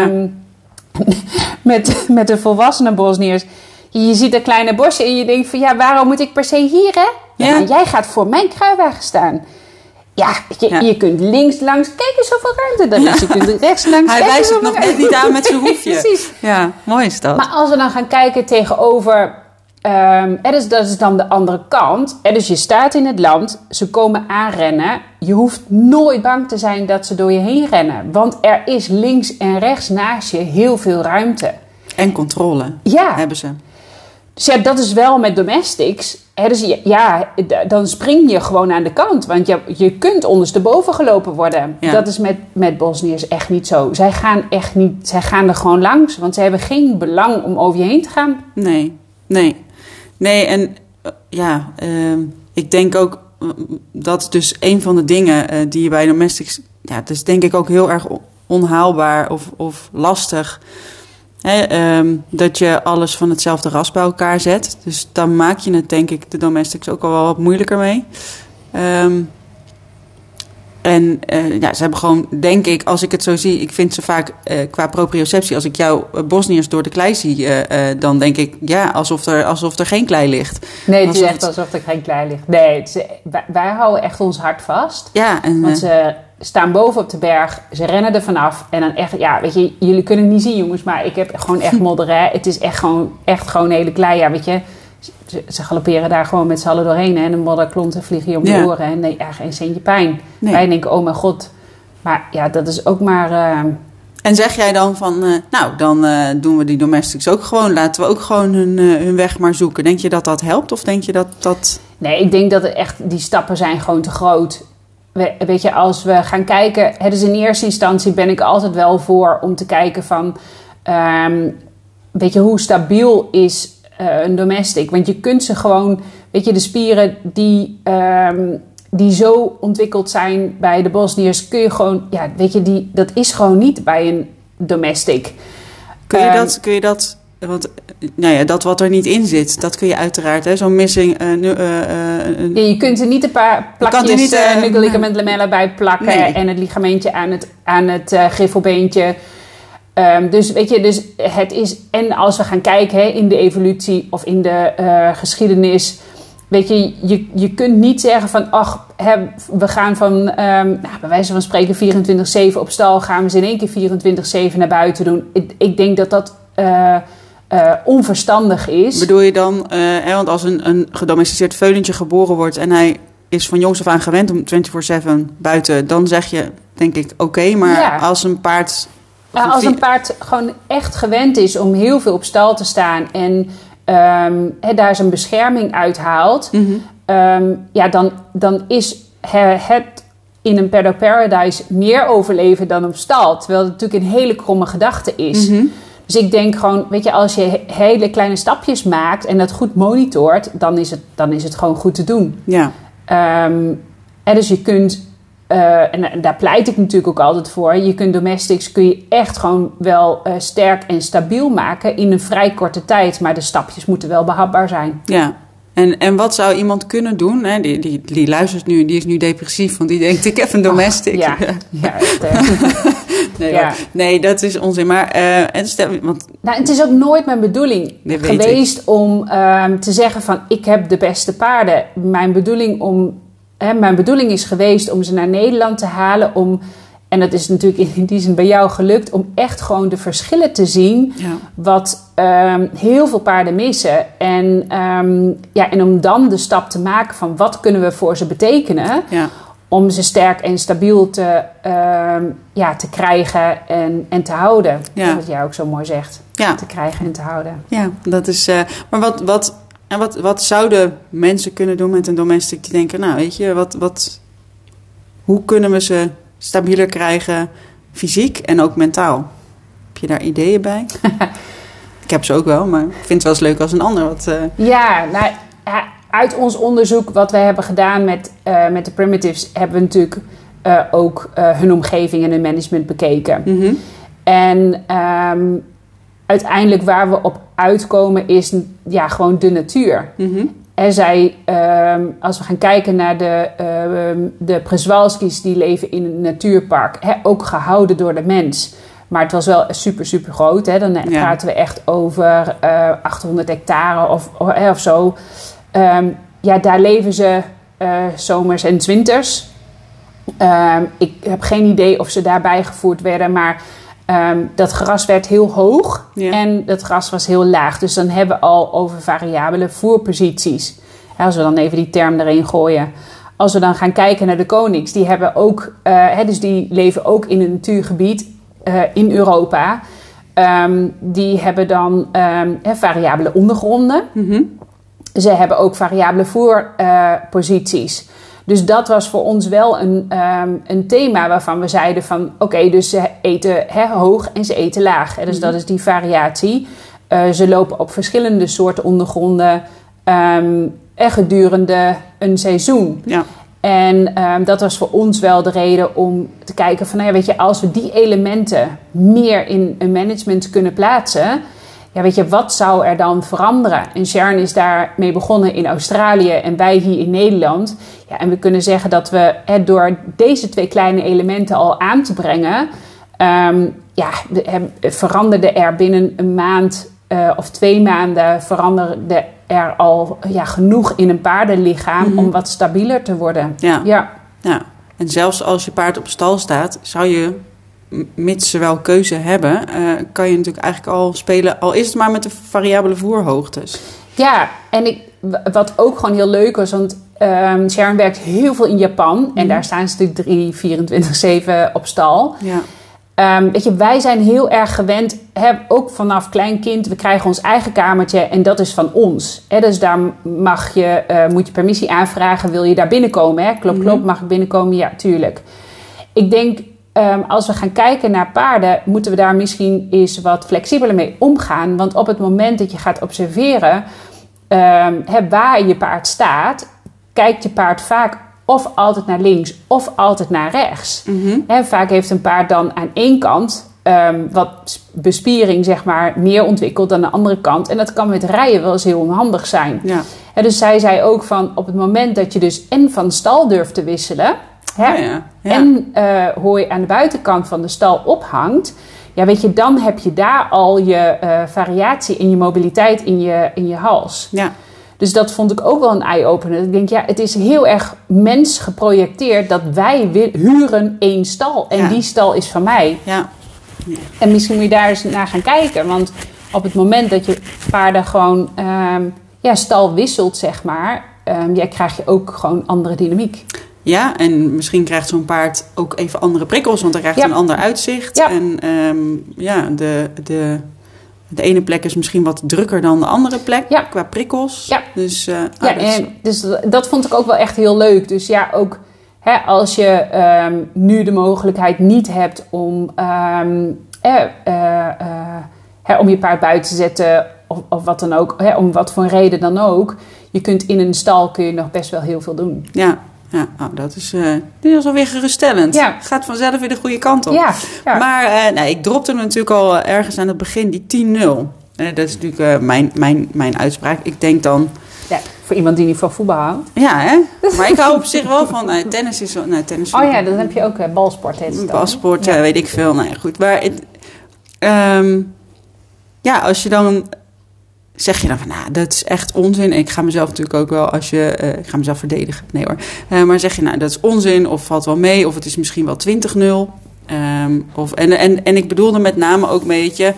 met de volwassene Bosniërs. Je ziet dat kleine bosje en je denkt van, ja, waarom moet ik per se hier, hè? Ja. Nou, jij gaat voor mijn kruiwagen staan. Ja, je kunt links langs. Kijk eens hoeveel ruimte er is. Je kunt rechts langs. Hij wijst het nog net niet aan met zijn hoefje. Precies. Ja, mooi is dat. Maar als we dan gaan kijken tegenover... dus dat is dan de andere kant. Dus je staat in het land. Ze komen aanrennen. Je hoeft nooit bang te zijn dat ze door je heen rennen. Want er is links en rechts naast je heel veel ruimte. En controle hebben ze. Dus ja, dat is wel met domestics. Dus dan spring je gewoon aan de kant. Want je kunt ondersteboven gelopen worden. Ja. Dat is met Bosniërs echt niet zo. Zij gaan er gewoon langs. Want ze hebben geen belang om over je heen te gaan. Nee, en ik denk ook dat dus een van de dingen die je bij domestics... Ja, dat is denk ik ook heel erg onhaalbaar of lastig... dat je alles van hetzelfde ras bij elkaar zet. Dus dan maak je het, denk ik, de domestics ook al wel wat moeilijker mee. Ze hebben gewoon, denk ik, als ik het zo zie... Ik vind ze vaak qua proprioceptie... Als ik jouw Bosniërs door de klei zie... dan denk ik, alsof er geen klei ligt. Nee, het is echt alsof er geen klei ligt. Nee, wij houden echt ons hart vast. Ja, want ze staan boven op de berg. Ze rennen er vanaf. En dan echt, ja, weet je... Jullie kunnen het niet zien, jongens... Maar ik heb gewoon echt modder, hè. Het is echt gewoon hele klei, ja, weet je... Ze galopperen daar gewoon met z'n allen doorheen. Hè? En de modderklonten vliegen je om de oren. En nee, geen centje pijn. Nee. Wij denken, oh mijn god. Maar ja, dat is ook maar... En zeg jij dan van... dan doen we die domestics ook gewoon. Laten we ook gewoon hun weg maar zoeken. Denk je dat dat helpt? Of denk je dat... Nee, ik denk dat het echt... Die stappen zijn gewoon te groot. Weet je, als we gaan kijken... Dus in eerste instantie ben ik altijd wel voor... om te kijken van... weet je, hoe stabiel is... een domestic. Want je kunt ze gewoon... Weet je, de spieren die zo ontwikkeld zijn bij de Bosniërs... kun je gewoon... Ja, weet je, dat is gewoon niet bij een domestic. Kun je dat... Want dat wat er niet in zit, dat kun je uiteraard... Hè, zo'n missing... je kunt er niet een paar plakjes ligament lamella bij plakken... Nee. En het ligamentje aan het griffelbeentje... Dus weet je, het is... En als we gaan kijken in de evolutie of in de geschiedenis... Weet je kunt niet zeggen van... we gaan van, bij wijze van spreken 24/7 op stal... gaan we ze in één keer 24/7 naar buiten doen. Ik denk dat onverstandig is. Bedoel je dan... want als een gedomesticeerd veulentje geboren wordt... en hij is van jongs af aan gewend om 24/7 buiten... dan zeg je, denk ik, oké, maar als een paard... Als een paard gewoon echt gewend is om heel veel op stal te staan... en daar zijn bescherming uithaalt... Mm-hmm. Dan is het in een Pedo Paradise meer overleven dan op stal. Terwijl het natuurlijk een hele kromme gedachte is. Mm-hmm. Dus ik denk gewoon, weet je, als je hele kleine stapjes maakt... en dat goed monitort, dan is het gewoon goed te doen. Ja. Dus je kunt... en daar pleit ik natuurlijk ook altijd voor. Je kunt domestics kun je echt gewoon wel sterk en stabiel maken in een vrij korte tijd. Maar de stapjes moeten wel behapbaar zijn. Ja. En wat zou iemand kunnen doen? Hè? Die luistert nu, die is nu depressief, want die denkt, ik heb een domestic. Ja, echt, nee, dat is onzin. Maar het is ook nooit mijn bedoeling geweest om te zeggen van, ik heb de beste paarden. Mijn bedoeling is geweest om ze naar Nederland te halen, en dat is natuurlijk in die zin bij jou gelukt, om echt gewoon de verschillen te zien, wat heel veel paarden missen. En om dan de stap te maken van, wat kunnen we voor ze betekenen, om ze sterk en stabiel te krijgen en te houden. Ja. Wat jij ook zo mooi zegt. Ja. Te krijgen en te houden. Ja, dat is... maar wat zouden mensen kunnen doen met een domestic die denken, nou weet je, hoe kunnen we ze stabieler krijgen, fysiek en ook mentaal? Heb je daar ideeën bij? Ik heb ze ook wel, maar ik vind het wel eens leuk als een ander wat... Uit ons onderzoek wat we hebben gedaan met de Primitives, hebben we natuurlijk ook hun omgeving en hun management bekeken. Mm-hmm. En uiteindelijk waar we op uitkomen is gewoon de natuur. Mm-hmm. En als we gaan kijken naar de Przewalski's die leven in een natuurpark, ook gehouden door de mens. Maar het was wel super, super groot. Hè? Dan praten we echt over 800 hectare of zo. Daar leven ze zomers en winters. Ik heb geen idee of ze daarbij gevoerd werden, maar dat gras werd heel hoog en dat gras was heel laag. Dus dan hebben we al over variabele voerposities. Als we dan even die term erin gooien. Als we dan gaan kijken naar de konings, die hebben ook, dus die leven ook in een natuurgebied in Europa. Die hebben dan variabele ondergronden. Mm-hmm. Ze hebben ook variabele voerposities. Dus dat was voor ons wel een thema waarvan we zeiden van, oké, dus ze eten hoog en ze eten laag. Dus dat is die variatie. Ze lopen op verschillende soorten ondergronden gedurende een seizoen. Ja. En dat was voor ons wel de reden om te kijken van, als we die elementen meer in een management kunnen plaatsen, wat zou er dan veranderen? En Sharon is daarmee begonnen in Australië en wij hier in Nederland. Ja, en we kunnen zeggen dat we door deze 2 kleine elementen al aan te brengen, veranderde er binnen een maand of 2 maanden veranderde er al genoeg in een paardenlichaam om wat stabieler te worden. Ja. En zelfs als je paard op stal staat, zou je, mits ze wel keuze hebben, kan je natuurlijk eigenlijk al spelen, al is het maar met de variabele voerhoogtes. Ja, en wat ook gewoon heel leuk was, want Sharon werkt heel veel in Japan en daar staan ze natuurlijk 24/7 op stal. Ja. Wij zijn heel erg gewend, ook vanaf klein kind, we krijgen ons eigen kamertje en dat is van ons. Dus daar moet je permissie aanvragen, wil je daar binnenkomen? Klop, mag ik binnenkomen? Ja, tuurlijk. Ik denk, als we gaan kijken naar paarden, moeten we daar misschien eens wat flexibeler mee omgaan. Want op het moment dat je gaat observeren waar je paard staat, kijkt je paard vaak of altijd naar links of altijd naar rechts. Mm-hmm. Vaak heeft een paard dan aan één kant wat bespiering meer ontwikkeld dan de andere kant. En dat kan met rijden wel eens heel onhandig zijn. Ja. Dus zij zei ook van, op het moment dat je dus en van stal durft te wisselen, en hooi aan de buitenkant van de stal ophangt, dan heb je daar al je variatie in je mobiliteit in je hals. Ja. Dus dat vond ik ook wel een eye-opener. Ik denk, het is heel erg mens geprojecteerd dat wij huren 1 stal. En die stal is van mij. Ja. Ja. En misschien moet je daar eens naar gaan kijken. Want op het moment dat je paarden gewoon stal wisselt, krijg je ook gewoon andere dynamiek. Ja, en misschien krijgt zo'n paard ook even andere prikkels, want dan krijgt hij een ander uitzicht. Ja. En de ene plek is misschien wat drukker dan de andere plek qua prikkels. Ja, dus dat vond ik ook wel echt heel leuk. Dus ook als je nu de mogelijkheid niet hebt om je paard buiten te zetten of wat dan ook, om wat voor een reden dan ook. Je kunt in een stal nog best wel heel veel doen. Ja. Ja, dat is alweer geruststellend. Ja. Gaat vanzelf weer de goede kant op. Ja. Maar ik dropte hem natuurlijk al ergens aan het begin, die 10-0. Dat is natuurlijk mijn uitspraak. Ik denk dan... Ja, voor iemand die niet van voetbal houdt. Ja, hè? Maar ik hou op zich wel van... tennis is... tennis Oh ja, dan heb je ook balsport. Balsport, weet ik veel. Nou ja, goed. Maar als je dan... Zeg je dan van, dat is echt onzin. En ik ga mezelf natuurlijk ook wel ik ga mezelf verdedigen. Nee hoor. Maar zeg je, dat is onzin of valt wel mee. Of het is misschien wel 20-0. En ik bedoelde met name ook een beetje...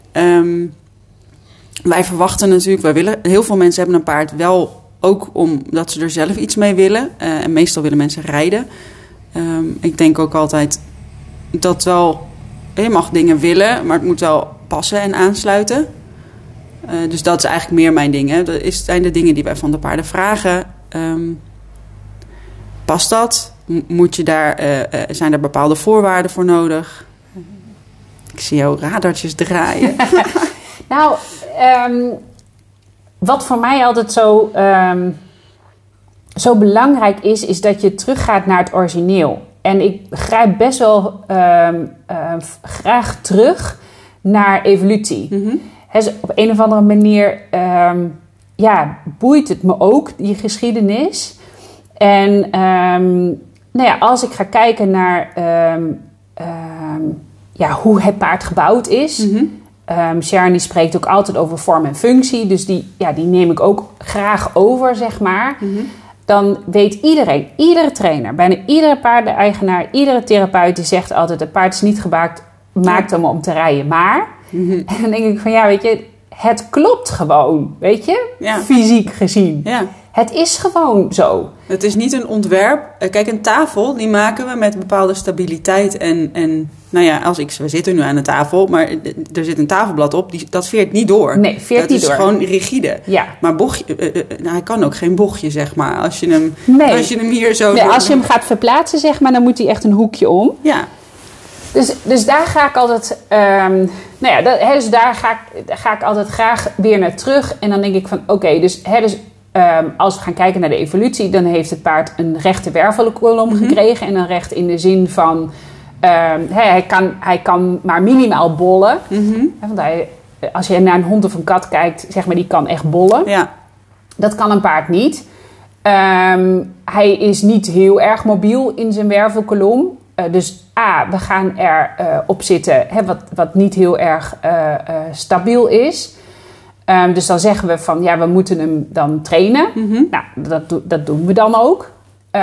wij verwachten natuurlijk... heel veel mensen hebben een paard wel ook omdat ze er zelf iets mee willen. En meestal willen mensen rijden. Ik denk ook altijd dat wel... Je mag dingen willen, maar het moet wel passen en aansluiten... Dus dat is eigenlijk meer mijn ding. Hè. Dat zijn de dingen die wij van de paarden vragen. Past dat? Moet je zijn er bepaalde voorwaarden voor nodig? Ik zie jouw radartjes draaien. Nou, wat voor mij altijd zo belangrijk is dat je teruggaat naar het origineel. En ik grijp best wel graag terug naar evolutie. Mm-hmm. Op een of andere manier boeit het me ook, die geschiedenis. En als ik ga kijken naar hoe het paard gebouwd is... Mm-hmm. Sharon die spreekt ook altijd over vorm en functie. Dus die neem ik ook graag over, zeg maar. Mm-hmm. Dan weet iedere trainer, bijna iedere paardeneigenaar... iedere therapeut die zegt altijd... het paard is niet gemaakt om te rijden, maar... Mm-hmm. En dan denk ik van, weet je, het klopt gewoon, weet je, fysiek gezien. Ja. Het is gewoon zo. Het is niet een ontwerp. Kijk, een tafel, die maken we met bepaalde stabiliteit en we zitten nu aan de tafel, maar er zit een tafelblad op, dat veert niet door. Nee, veert niet door. Dat is gewoon rigide. Ja. Maar hij kan ook geen bochtje, zeg maar, als je hem hier zo... Nee, als je hem gaat verplaatsen, zeg maar, dan moet hij echt een hoekje om. Ja. Dus daar ga ik altijd... dus daar ga ik altijd graag weer naar terug. En dan denk ik van... als we gaan kijken naar de evolutie... dan heeft het paard een rechte wervelkolom mm-hmm. gekregen. En dan recht in de zin van... hij kan maar minimaal bollen. Mm-hmm. Want als je naar een hond of een kat kijkt... zeg maar, die kan echt bollen. Ja. Dat kan een paard niet. Hij is niet heel erg mobiel in zijn wervelkolom... Dus we gaan er op zitten wat niet heel erg stabiel is. Dus dan zeggen we van, we moeten hem dan trainen. Mm-hmm. Nou, dat doen we dan ook.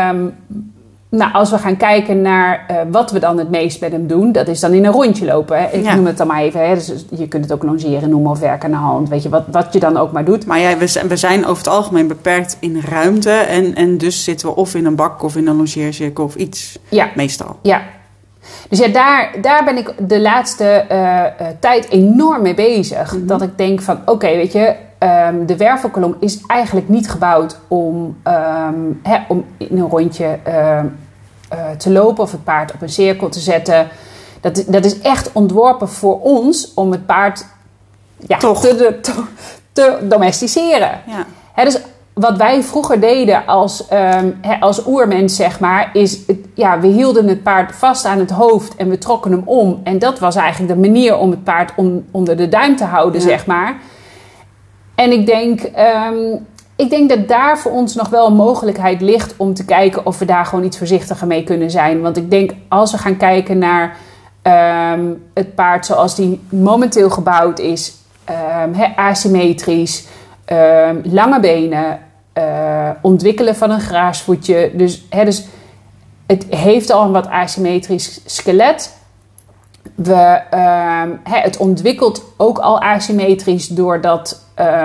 Als we gaan kijken naar wat we dan het meest met hem doen... dat is dan in een rondje lopen. Hè. Ik noem het dan maar even. Hè. Dus je kunt het ook longeren noemen of werken aan de hand. Weet je, wat je dan ook maar doet. Maar we zijn over het algemeen beperkt in ruimte. En dus zitten we of in een bak of in een longeercirkel of iets. Ja. Meestal. Ja. Dus daar ben ik de laatste tijd enorm mee bezig. Mm-hmm. Dat ik denk van, weet je... de wervelkolom is eigenlijk niet gebouwd om in een rondje te lopen... of het paard op een cirkel te zetten. Dat is echt ontworpen voor ons om het paard te domesticeren. Ja. Dus wat wij vroeger deden als oermens, zeg maar... is we hielden het paard vast aan het hoofd en we trokken hem om. En dat was eigenlijk de manier om het paard onder de duim te houden, zeg maar... En ik denk dat daar voor ons nog wel een mogelijkheid ligt... om te kijken of we daar gewoon iets voorzichtiger mee kunnen zijn. Want ik denk, als we gaan kijken naar het paard zoals die momenteel gebouwd is... asymmetrisch, lange benen, ontwikkelen van een graasvoetje. Dus het heeft al een wat asymmetrisch skelet... Het ontwikkelt ook al asymmetrisch doordat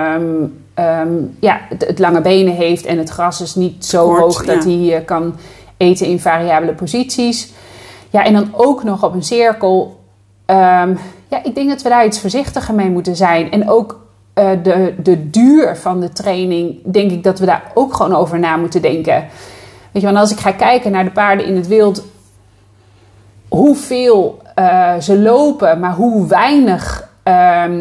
het lange benen heeft en het gras is niet zo kort, hoog dat hij kan eten in variabele posities. Ja, en dan ook nog op een cirkel. Ik denk dat we daar iets voorzichtiger mee moeten zijn. En ook de duur van de training, denk ik dat we daar ook gewoon over na moeten denken. Weet je, want als ik ga kijken naar de paarden in het wild, hoeveel ze lopen, maar hoe weinig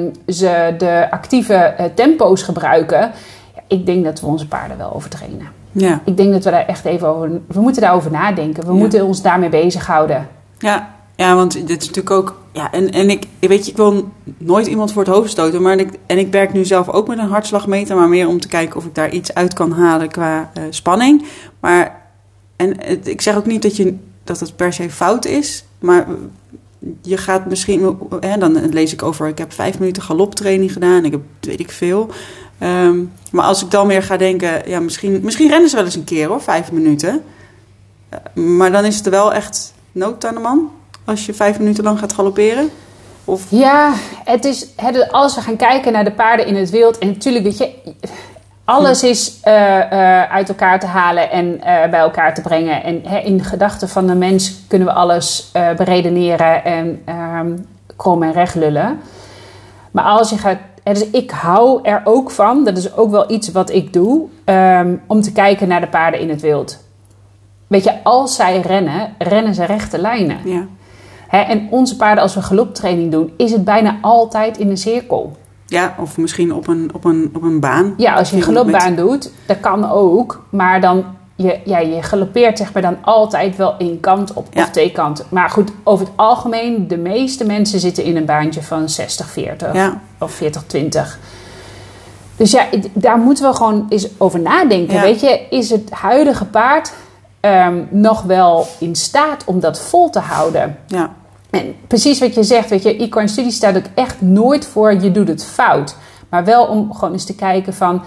ze de actieve tempo's gebruiken. Ja, ik denk dat we onze paarden wel overtrainen. Ja. Ik denk dat we daar echt even over... We moeten daarover nadenken. We moeten ons daarmee bezighouden. Ja, want dit is natuurlijk ook... Ja, en ik wil nooit iemand voor het hoofd stoten. Maar ik werk nu zelf ook met een hartslagmeter. Maar meer om te kijken of ik daar iets uit kan halen qua spanning. Maar... ik zeg ook niet dat het per se fout is. Maar je gaat misschien... dan lees ik over... Ik heb 5 minuten galoptraining gedaan. Ik heb weet ik veel. Maar als ik dan weer ga denken... Ja, misschien rennen ze wel eens een keer hoor. 5 minuten. Maar dan is het er wel echt nood aan de man. Als je 5 minuten lang gaat galopperen. Of... Ja, het is... Als we gaan kijken naar de paarden in het wild... En natuurlijk, weet je... Alles is uit elkaar te halen en bij elkaar te brengen. En in de gedachten van de mens kunnen we alles beredeneren en krom en recht lullen. Maar als je gaat... Dus ik hou er ook van, dat is ook wel iets wat ik doe, om te kijken naar de paarden in het wild. Weet je, als zij rennen ze rechte lijnen. Ja. En onze paarden, als we galoptraining doen, is het bijna altijd in een cirkel. Ja, of misschien op een baan. Ja, als je een galopbaan doet, dat kan ook. Maar dan, je galoppeert zeg maar dan altijd wel één kant op. Of 2 kanten. Maar goed, over het algemeen, de meeste mensen zitten in een baantje van 60-40. Ja. Of 40-20. Dus ja, daar moeten we gewoon eens over nadenken. Ja. Weet je, is het huidige paard nog wel in staat om dat vol te houden? Ja. En precies wat je zegt, weet je, Equine Study staat ook echt nooit voor je doet het fout. Maar wel om gewoon eens te kijken van,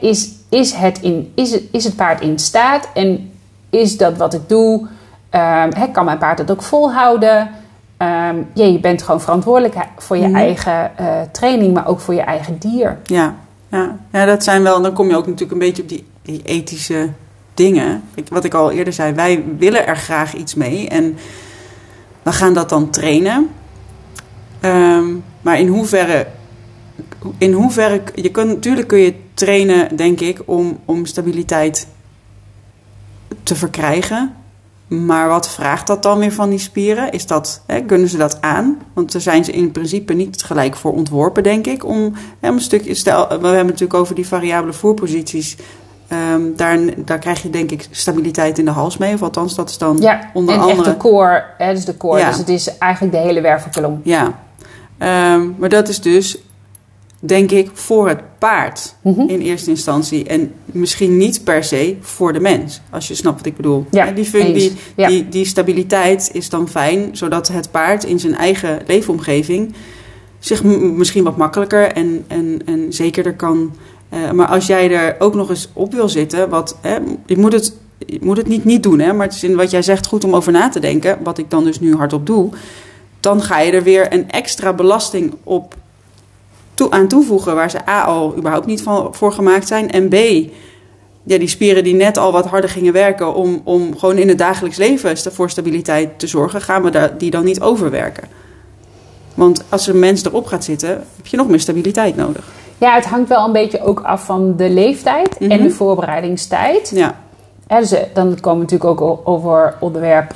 is het paard in staat? En is dat wat ik doe? Kan mijn paard het ook volhouden? Je bent gewoon verantwoordelijk voor je eigen training, maar ook voor je eigen dier. Ja, dat zijn wel, dan kom je ook natuurlijk een beetje op die ethische dingen. Wat ik al eerder zei, wij willen er graag iets mee en... We gaan dat dan trainen. Maar in hoeverre natuurlijk kun je trainen, denk ik, om stabiliteit te verkrijgen. Maar wat vraagt dat dan weer van die spieren? Kunnen ze dat aan? Want daar zijn ze in principe niet gelijk voor ontworpen, denk ik. Om een stukje... we hebben het natuurlijk over die variabele voerposities. Daar krijg je denk ik stabiliteit in de hals mee. Of althans, dat is dan onder andere... echt de core. Het is de core. Ja. Dus het is eigenlijk de hele wervelkolom. Ja. Maar dat is dus, denk ik, voor het paard in eerste instantie. En misschien niet per se voor de mens. Als je snapt wat ik bedoel. Ja, die stabiliteit is dan fijn. Zodat het paard in zijn eigen leefomgeving... zich misschien wat makkelijker en zekerder kan... maar als jij er ook nog eens op wil zitten... je moet het niet doen, hè, maar het is in wat jij zegt goed om over na te denken... wat ik dan dus nu hardop doe... dan ga je er weer een extra belasting aan toevoegen... waar ze A al überhaupt niet voor gemaakt zijn... en B, die spieren die net al wat harder gingen werken... om gewoon in het dagelijks leven voor stabiliteit te zorgen... gaan we die dan niet overwerken. Want als een mens erop gaat zitten... heb je nog meer stabiliteit nodig. Ja, het hangt wel een beetje ook af van de leeftijd en de voorbereidingstijd. Ja. Dus dan komen we natuurlijk ook over onderwerp...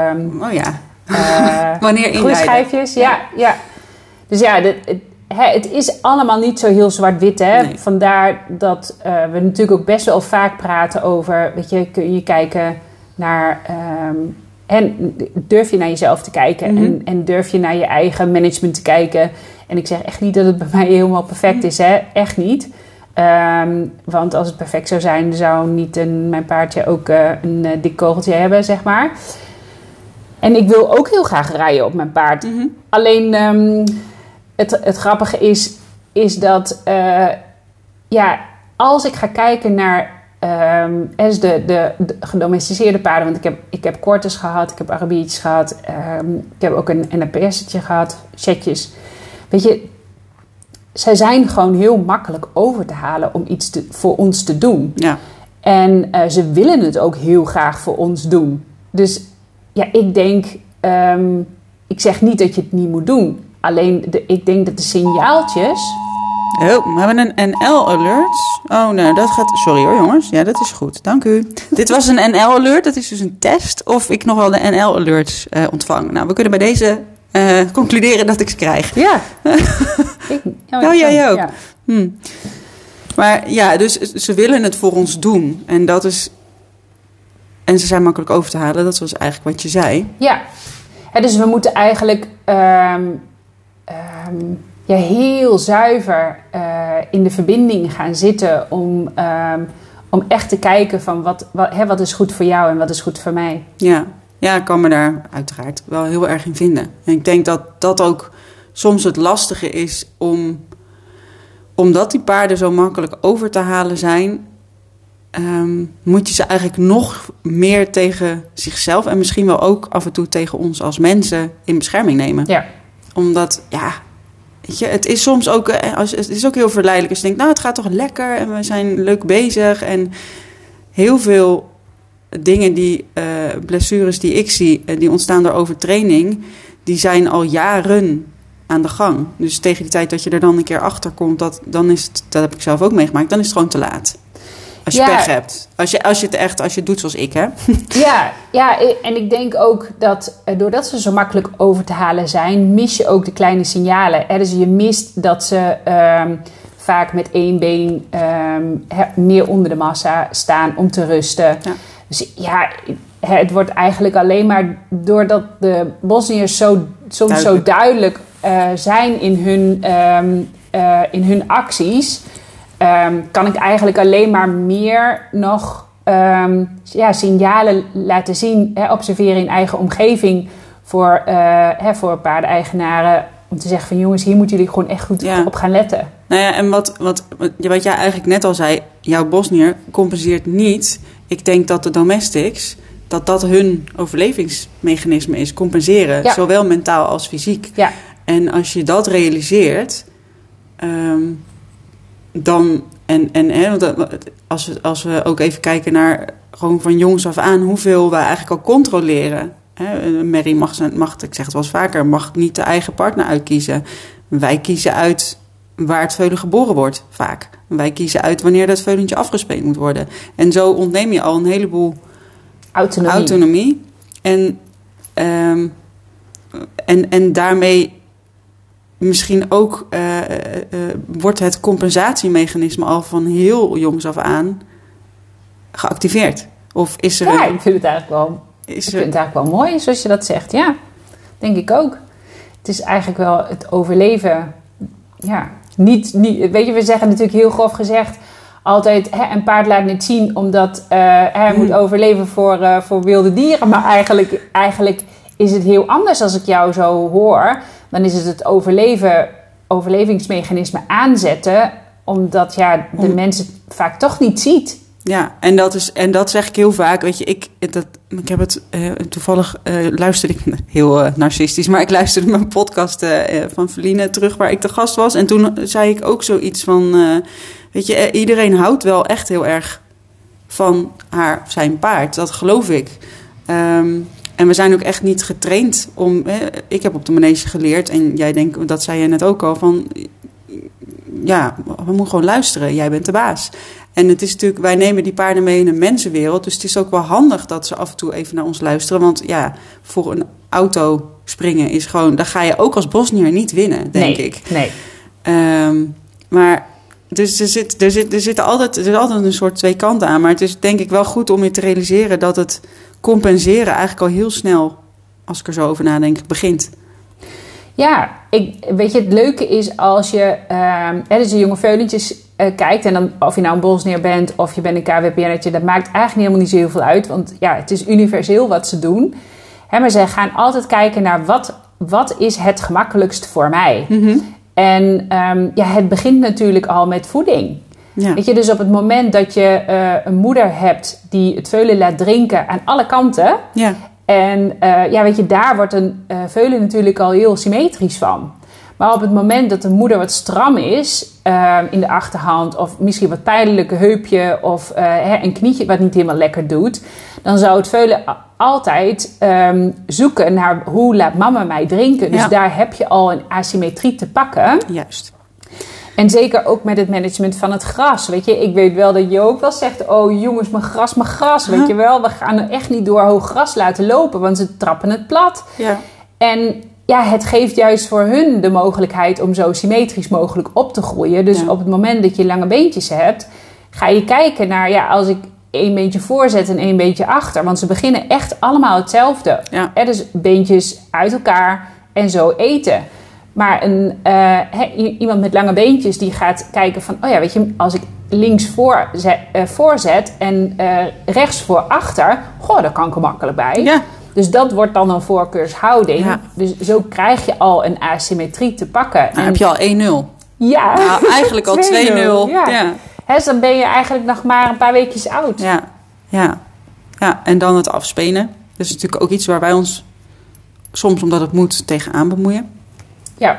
Wanneer inrijden. Groeischijfjes, ja. Dus ja, het is allemaal niet zo heel zwart-wit, hè. Nee. Vandaar dat we natuurlijk ook best wel vaak praten over... Weet je, kun je kijken naar... en durf je naar jezelf te kijken en durf je naar je eigen management te kijken... En ik zeg echt niet dat het bij mij helemaal perfect is, hè? Echt niet. Want als het perfect zou zijn, zou niet mijn paardje ook een dik kogeltje hebben, zeg maar. En ik wil ook heel graag rijden op mijn paard. Alleen het grappige is dat als ik ga kijken naar de gedomesticeerde paarden, want ik heb quarters gehad, ik heb Arabietjes gehad, ik heb ook een NAPS'tje gehad, chetjes. Weet je, zij zijn gewoon heel makkelijk over te halen om iets voor ons te doen. Ja. En ze willen het ook heel graag voor ons doen. Dus ja, ik denk, ik zeg niet dat je het niet moet doen. Alleen, ik denk dat de signaaltjes... Oh, we hebben een NL-alert. Oh, nee, dat gaat... Sorry hoor, jongens. Ja, dat is goed. Dank u. Dit was een NL-alert. Dat is dus een test of ik nog wel de NL-alerts ontvang. Nou, we kunnen bij deze... concluderen dat ik ze krijg. Ja. Jij ook. Ja. Maar ja, dus ze willen het voor ons doen. En dat is... En ze zijn makkelijk over te halen. Dat was eigenlijk wat je zei. Ja, dus we moeten eigenlijk heel zuiver in de verbinding gaan zitten om echt te kijken van wat is goed voor jou en wat is goed voor mij. Ja, ik kan me daar uiteraard wel heel erg in vinden. En ik denk dat dat ook soms het lastige is omdat die paarden zo makkelijk over te halen zijn, moet je ze eigenlijk nog meer tegen zichzelf en misschien wel ook af en toe tegen ons als mensen in bescherming nemen. Ja. Omdat, weet je, het is soms ook, het is ook heel verleidelijk als je denkt, nou, het gaat toch lekker en we zijn leuk bezig. En heel veel dingen blessures die ik zie, die ontstaan door overtraining, die zijn al jaren aan de gang. Dus tegen die tijd dat je er dan een keer achter komt, dan is het, dat heb ik zelf ook meegemaakt, dan is het gewoon te laat. Als je pech hebt. Als je het doet zoals ik, hè? Ja, en ik denk ook dat doordat ze zo makkelijk over te halen zijn, mis je ook de kleine signalen. Dus je mist dat ze vaak met één been meer onder de massa staan om te rusten. Ja. Dus ja, het wordt eigenlijk alleen maar doordat de Bosniërs soms zo duidelijk zijn in hun acties, kan ik eigenlijk alleen maar meer nog signalen laten zien, observeren in eigen omgeving voor paardeneigenaren, om te zeggen van jongens, hier moeten jullie gewoon echt goed op gaan letten. Nou ja, en wat jij eigenlijk net al zei, jouw Bosnier compenseert niet. Ik denk dat de domestics, dat hun overlevingsmechanisme is, compenseren. Zowel mentaal als fysiek. Ja. En als je dat realiseert, dan... Als we ook even kijken naar gewoon van jongs af aan hoeveel we eigenlijk al controleren. Mary mag, ik zeg het wel eens vaker, mag niet de eigen partner uitkiezen. Wij kiezen uit waar het veulen geboren wordt, vaak. Wij kiezen uit wanneer dat veulentje afgespeeld moet worden. En zo ontneem je al een heleboel autonomie. En daarmee misschien ook wordt het compensatiemechanisme al van heel jongs af aan geactiveerd. Of is er ik vind het eigenlijk wel mooi zoals je dat zegt. Ja, denk ik ook. Het is eigenlijk wel het overleven. Ja, niet, weet je, we zeggen natuurlijk heel grof gezegd altijd, een paard laat niet zien omdat hij moet overleven voor wilde dieren. Maar eigenlijk is het heel anders als ik jou zo hoor. Dan is het overlevingsmechanisme aanzetten, omdat de mens het vaak toch niet ziet. Ja, en dat zeg ik heel vaak. Weet je, ik heb het toevallig luisterde ik heel narcistisch, maar ik luisterde mijn podcast van Feline terug waar ik de gast was. En toen zei ik ook zoiets van, weet je, iedereen houdt wel echt heel erg van zijn paard. Dat geloof ik. En we zijn ook echt niet getraind om... ik heb op de manege geleerd, en jij denkt, dat zei je net ook al, van... Ja, we moeten gewoon luisteren. Jij bent de baas. En het is natuurlijk, wij nemen die paarden mee in een mensenwereld. Dus het is ook wel handig dat ze af en toe even naar ons luisteren. Want ja, voor een auto springen is gewoon... Daar ga je ook als Bosnier niet winnen, denk ik. Nee. Maar... Dus er zit altijd een soort twee kanten aan. Maar het is denk ik wel goed om je te realiseren dat het compenseren eigenlijk al heel snel, als ik er zo over nadenk, begint. Ja, weet je, het leuke is als je dus de jonge veulentjes kijkt, en dan of je nou een Bosnier bent of je bent een KWPN'tje, dat maakt eigenlijk helemaal niet zo heel veel uit. Want ja, het is universeel wat ze doen. Maar ze gaan altijd kijken naar wat is het gemakkelijkst voor mij. Mm-hmm. En het begint natuurlijk al met voeding. Ja. Weet je, dus op het moment dat je een moeder hebt die het veulen laat drinken aan alle kanten. Ja. En weet je, daar wordt een veulen natuurlijk al heel symmetrisch van. Maar op het moment dat de moeder wat stram is in de achterhand, of misschien wat pijnlijke heupje of een knietje wat niet helemaal lekker doet, dan zou het veulen altijd zoeken naar hoe laat mama mij drinken. Dus daar heb je al een asymmetrie te pakken. Juist. En zeker ook met het management van het gras. Weet je, ik weet wel dat je ook wel zegt, oh jongens, mijn gras. Weet je wel, we gaan er echt niet door hoog gras laten lopen, want ze trappen het plat. Ja. En het geeft juist voor hun de mogelijkheid om zo symmetrisch mogelijk op te groeien. Dus op het moment dat je lange beentjes hebt, ga je kijken naar, als ik 1 beentje voorzet en 1 beentje achter. Want ze beginnen echt allemaal hetzelfde. Ja. Dus beentjes uit elkaar en zo eten. Maar iemand met lange beentjes die gaat kijken van, weet je, als ik links voorzet en rechts voor achter, daar kan ik er makkelijk bij. Ja. Dus dat wordt dan een voorkeurshouding. Ja. Dus zo krijg je al een asymmetrie te pakken. Dan heb je al 1-0. Ja. Nou, eigenlijk al 2-0. Ja. Dus dan ben je eigenlijk nog maar een paar weekjes oud. Ja, en dan het afspenen. Dat is natuurlijk ook iets waar wij ons soms, omdat het moet, tegenaan bemoeien. Ja.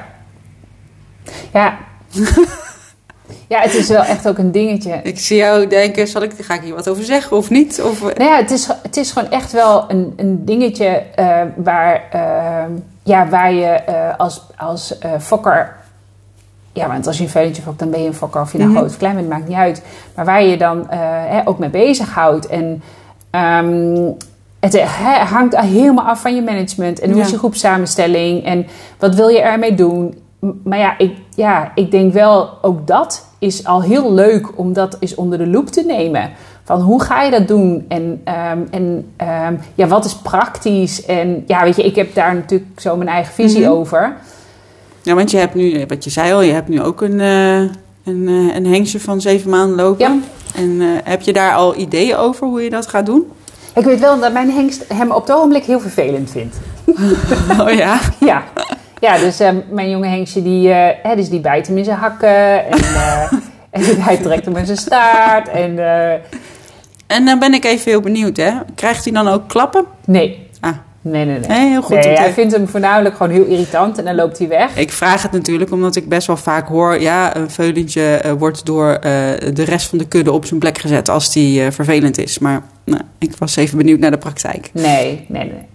Ja, het is wel echt ook een dingetje. Ik zie jou denken, ga ik hier wat over zeggen of niet? Of... Nou ja, het is gewoon echt wel een dingetje waar je als fokker... Ja, want als je een veulentje fokt, dan ben je een fokker. Of je nou groot of klein bent, maakt niet uit. Maar waar je dan ook mee bezighoudt. En het hangt helemaal af van je management. En hoe is je groepsamenstelling? En wat wil je ermee doen? Maar ik denk wel, ook dat is al heel leuk om dat eens onder de loep te nemen. Van hoe ga je dat doen? En wat is praktisch? En weet je, ik heb daar natuurlijk zo mijn eigen visie over. Ja, want je hebt nu, wat je zei al, je hebt nu ook een hengstje van 7 maanden lopen. Ja. En heb je daar al ideeën over hoe je dat gaat doen? Ik weet wel dat mijn hengst hem op het ogenblik heel vervelend vindt. Oh ja? Ja, dus mijn jonge hengstje die bijt hem in zijn hakken. En hij trekt hem in zijn staart. En dan ben ik even heel benieuwd, hè. Krijgt hij dan ook klappen? Nee. Nee. Heel goed. Nee, hij vindt hem voornamelijk gewoon heel irritant en dan loopt hij weg. Ik vraag het natuurlijk omdat ik best wel vaak hoor... een veulentje wordt door de rest van de kudde op zijn plek gezet als die vervelend is. Maar ik was even benieuwd naar de praktijk. Nee.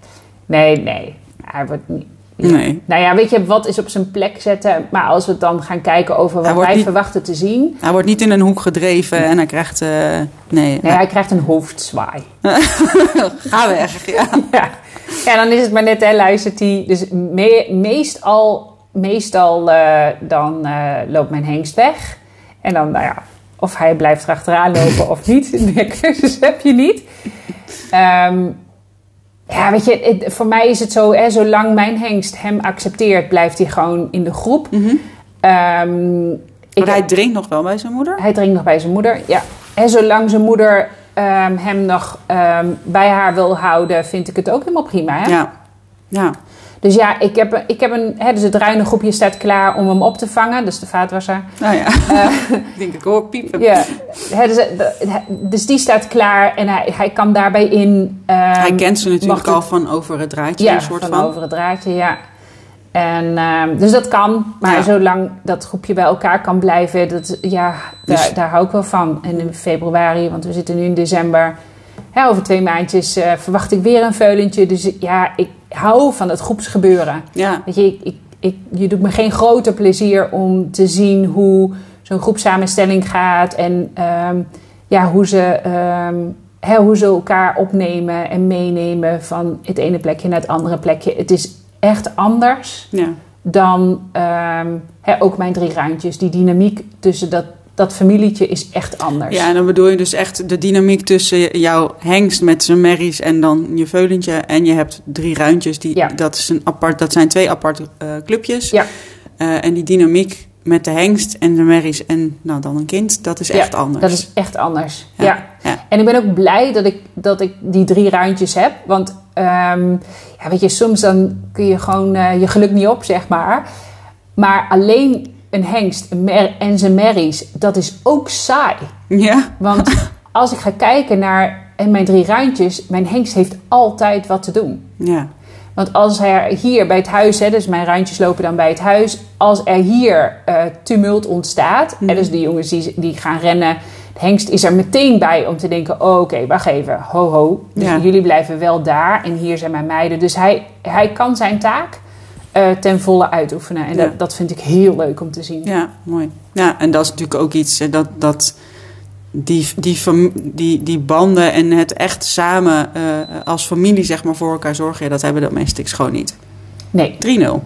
Hij wordt niet... Nee. Nou ja, weet je, wat is op zijn plek zetten? Maar als we dan gaan kijken over wat wij verwachten te zien... Hij wordt niet in een hoek gedreven en hij krijgt... hij krijgt een hoofdzwaai. Ga weg, Ja, dan is het maar net, luistert hij. Dus meestal dan loopt mijn hengst weg. En dan, of hij blijft erachteraan lopen of niet. Meer keuzes heb je niet. Weet je, voor mij is het zo, zolang mijn hengst hem accepteert, blijft hij gewoon in de groep. Mm-hmm. Maar hij drinkt nog wel bij zijn moeder? Hij drinkt nog bij zijn moeder, ja. En zolang zijn moeder hem nog bij haar wil houden, vind ik het ook helemaal prima. Hè? Ja. Dus ik heb een... dus het bruine groepje staat klaar om hem op te vangen. Dus de vaatwasser. Oh ja. Ik hoor piepen. Ja. Dus die staat klaar en hij kan daarbij in... hij kent ze natuurlijk al van over het draadje. Ja, een soort van over het draadje, ja. En, dus dat kan. Maar zolang dat groepje bij elkaar kan blijven... daar hou ik wel van. En in februari, want we zitten nu in december... over 2 maandjes verwacht ik weer een veulentje. Dus ik hou van het groepsgebeuren. Ja. Weet je, je doet me geen groter plezier om te zien hoe zo'n groepsamenstelling gaat. En hoe ze elkaar opnemen en meenemen van het ene plekje naar het andere plekje. Het is echt anders dan ook mijn 3 ruimtjes. Die dynamiek tussen dat familietje is echt anders. Ja, en dan bedoel je dus echt de dynamiek tussen jouw hengst met zijn merries en dan je veulentje. En je hebt 3 ruintjes. Dat zijn 2 aparte clubjes. Ja. En die dynamiek met de hengst en de merries en dan een kind, dat is echt anders. Dat is echt anders, ja. En ik ben ook blij dat ik die 3 ruintjes heb. Want weet je, soms dan kun je gewoon je geluk niet op, zeg maar. Maar alleen een hengst en zijn merries, dat is ook saai. Ja. Want als ik ga kijken naar mijn 3 ruintjes, mijn hengst heeft altijd wat te doen. Ja. Want als er hier bij het huis, dus mijn ruintjes lopen dan bij het huis, als er hier tumult ontstaat, dus de jongens die gaan rennen, de hengst is er meteen bij om te denken, oké, wacht even, ho. Dus jullie blijven wel daar en hier zijn mijn meiden. Dus hij kan zijn taak ten volle uitoefenen. En dat vind ik heel leuk om te zien. Ja, mooi. Ja, en dat is natuurlijk ook iets dat die banden en het echt samen als familie zeg maar voor elkaar zorgen, dat hebben de domestics gewoon niet. Nee. 3-0.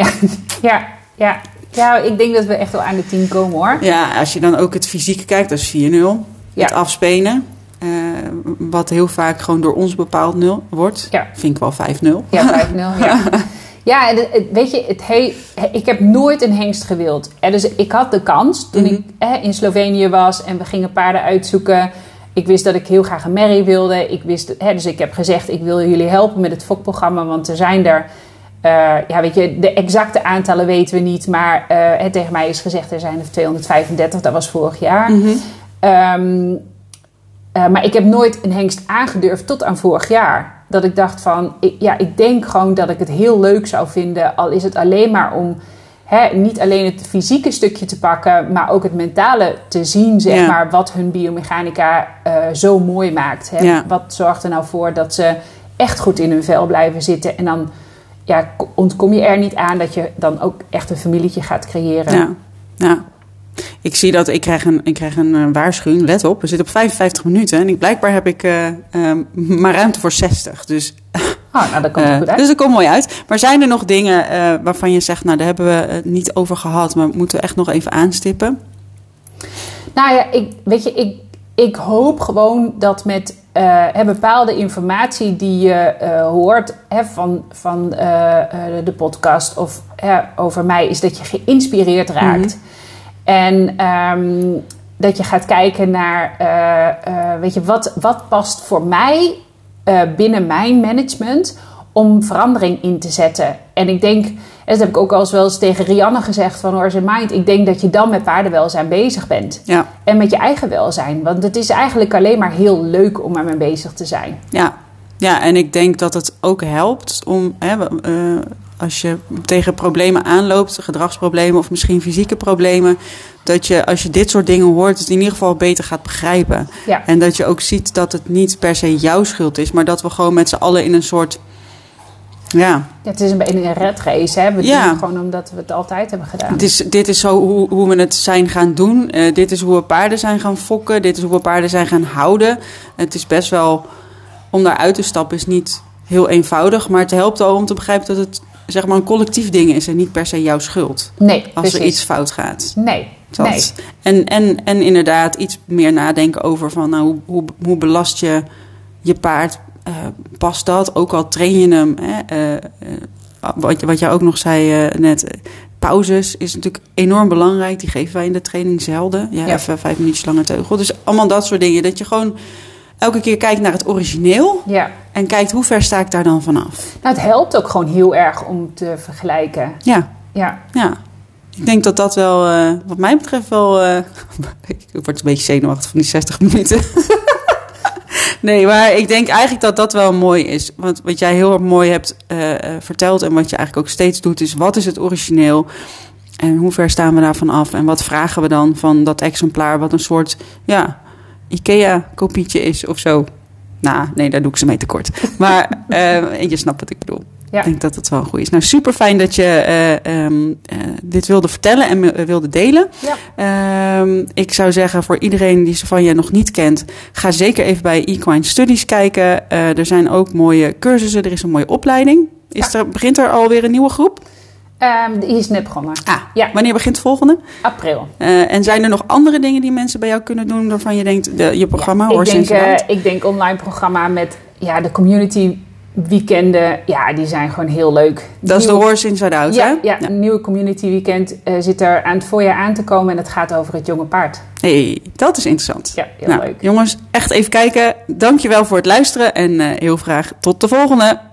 Ja, ik denk dat we echt wel aan de 10 komen, hoor. Ja, als je dan ook het fysieke kijkt, dat is 4-0. Ja. Het afspelen, wat heel vaak gewoon door ons bepaald 0 wordt, vind ik wel 5-0. Ja, 5-0, ja. Ja, weet je, ik heb nooit een hengst gewild. Dus ik had de kans toen ik in Slovenië was en we gingen paarden uitzoeken. Ik wist dat ik heel graag een merrie wilde. Dus ik heb gezegd, ik wil jullie helpen met het fokprogramma, want er zijn er... weet je, de exacte aantallen weten we niet, maar tegen mij is gezegd, er zijn er 235, dat was vorig jaar. Maar ik heb nooit een hengst aangedurfd tot aan vorig jaar. Dat ik dacht van, ik denk gewoon dat ik het heel leuk zou vinden, al is het alleen maar om niet alleen het fysieke stukje te pakken, maar ook het mentale te zien, zeg maar, wat hun biomechanica zo mooi maakt. Hè? Ja. Wat zorgt er nou voor dat ze echt goed in hun vel blijven zitten en dan ontkom je er niet aan dat je dan ook echt een familietje gaat creëren. Ja. Ik zie dat ik krijg een waarschuwing. Let op, we zitten op 55 minuten. En blijkbaar heb ik maar ruimte voor 60. Dus, nou, dat komt er goed uit. Dus dat komt mooi uit. Maar zijn er nog dingen waarvan je zegt, nou, daar hebben we het niet over gehad, maar moeten we echt nog even aanstippen? Nou ja, ik hoop gewoon dat met bepaalde informatie die je hoort van de podcast of over mij, is dat je geïnspireerd raakt. En dat je gaat kijken naar, wat past voor mij binnen mijn management om verandering in te zetten. En ik denk, dat heb ik ook al eens tegen Rianne gezegd van Horse & Mind, ik denk dat je dan met paardenwelzijn bezig bent. Ja. En met je eigen welzijn. Want het is eigenlijk alleen maar heel leuk om ermee bezig te zijn. Ja, en ik denk dat het ook helpt om... als je tegen problemen aanloopt, gedragsproblemen of misschien fysieke problemen, dat je, als je dit soort dingen hoort, het in ieder geval beter gaat begrijpen. Ja. En dat je ook ziet dat het niet per se jouw schuld is, maar dat we gewoon met z'n allen in een soort... Ja, het is een red race, hè? We doen het gewoon omdat we het altijd hebben gedaan. Dit is zo hoe we het zijn gaan doen. Dit is hoe we paarden zijn gaan fokken. Dit is hoe we paarden zijn gaan houden. Het is best wel, om daaruit te stappen, is niet heel eenvoudig, maar het helpt al om te begrijpen dat het, zeg maar, een collectief ding is en niet per se jouw schuld. Nee, als precies. er iets fout gaat. Nee. En inderdaad iets meer nadenken over van, nou, hoe belast je je paard? Past dat? Ook al train je hem. Wat jij ook nog zei net. Pauzes is natuurlijk enorm belangrijk. Die geven wij in de training zelden. Even 5 minuutjes langer teugel. Dus allemaal dat soort dingen. Dat je gewoon elke keer kijkt naar het origineel. Ja. En kijkt hoe ver sta ik daar dan vanaf. Nou, het helpt ook gewoon heel erg om te vergelijken. Ja. Ik denk dat wel, wat mij betreft wel... ik word een beetje zenuwachtig van die 60 minuten. Nee, maar ik denk eigenlijk dat wel mooi is. Want wat jij heel erg mooi hebt verteld en wat je eigenlijk ook steeds doet, is wat is het origineel en hoe ver staan we daarvan af en wat vragen we dan van dat exemplaar wat een soort IKEA-kopietje is of zo. Nou, nee, daar doe ik ze mee tekort. Maar je snapt wat ik bedoel. Ja. Ik denk dat het wel goed is. Nou, super fijn dat je dit wilde vertellen en wilde delen. Ja. Ik zou zeggen, voor iedereen die Savanja nog niet kent, ga zeker even bij Equine Studies kijken. Er zijn ook mooie cursussen, er is een mooie opleiding. Begint er alweer een nieuwe groep? Die is net begonnen. Wanneer begint de volgende? April. En zijn er nog andere dingen die mensen bij jou kunnen doen waarvan je denkt, je programma? Ik denk online programma met de community weekenden, die zijn gewoon heel leuk. Dat is de Horse Inside Out, hè? Ja, een nieuwe community weekend zit er aan het voorjaar aan te komen en het gaat over het jonge paard. Hey, dat is interessant. Ja, heel leuk. Jongens, echt even kijken. Dankjewel voor het luisteren en heel graag tot de volgende.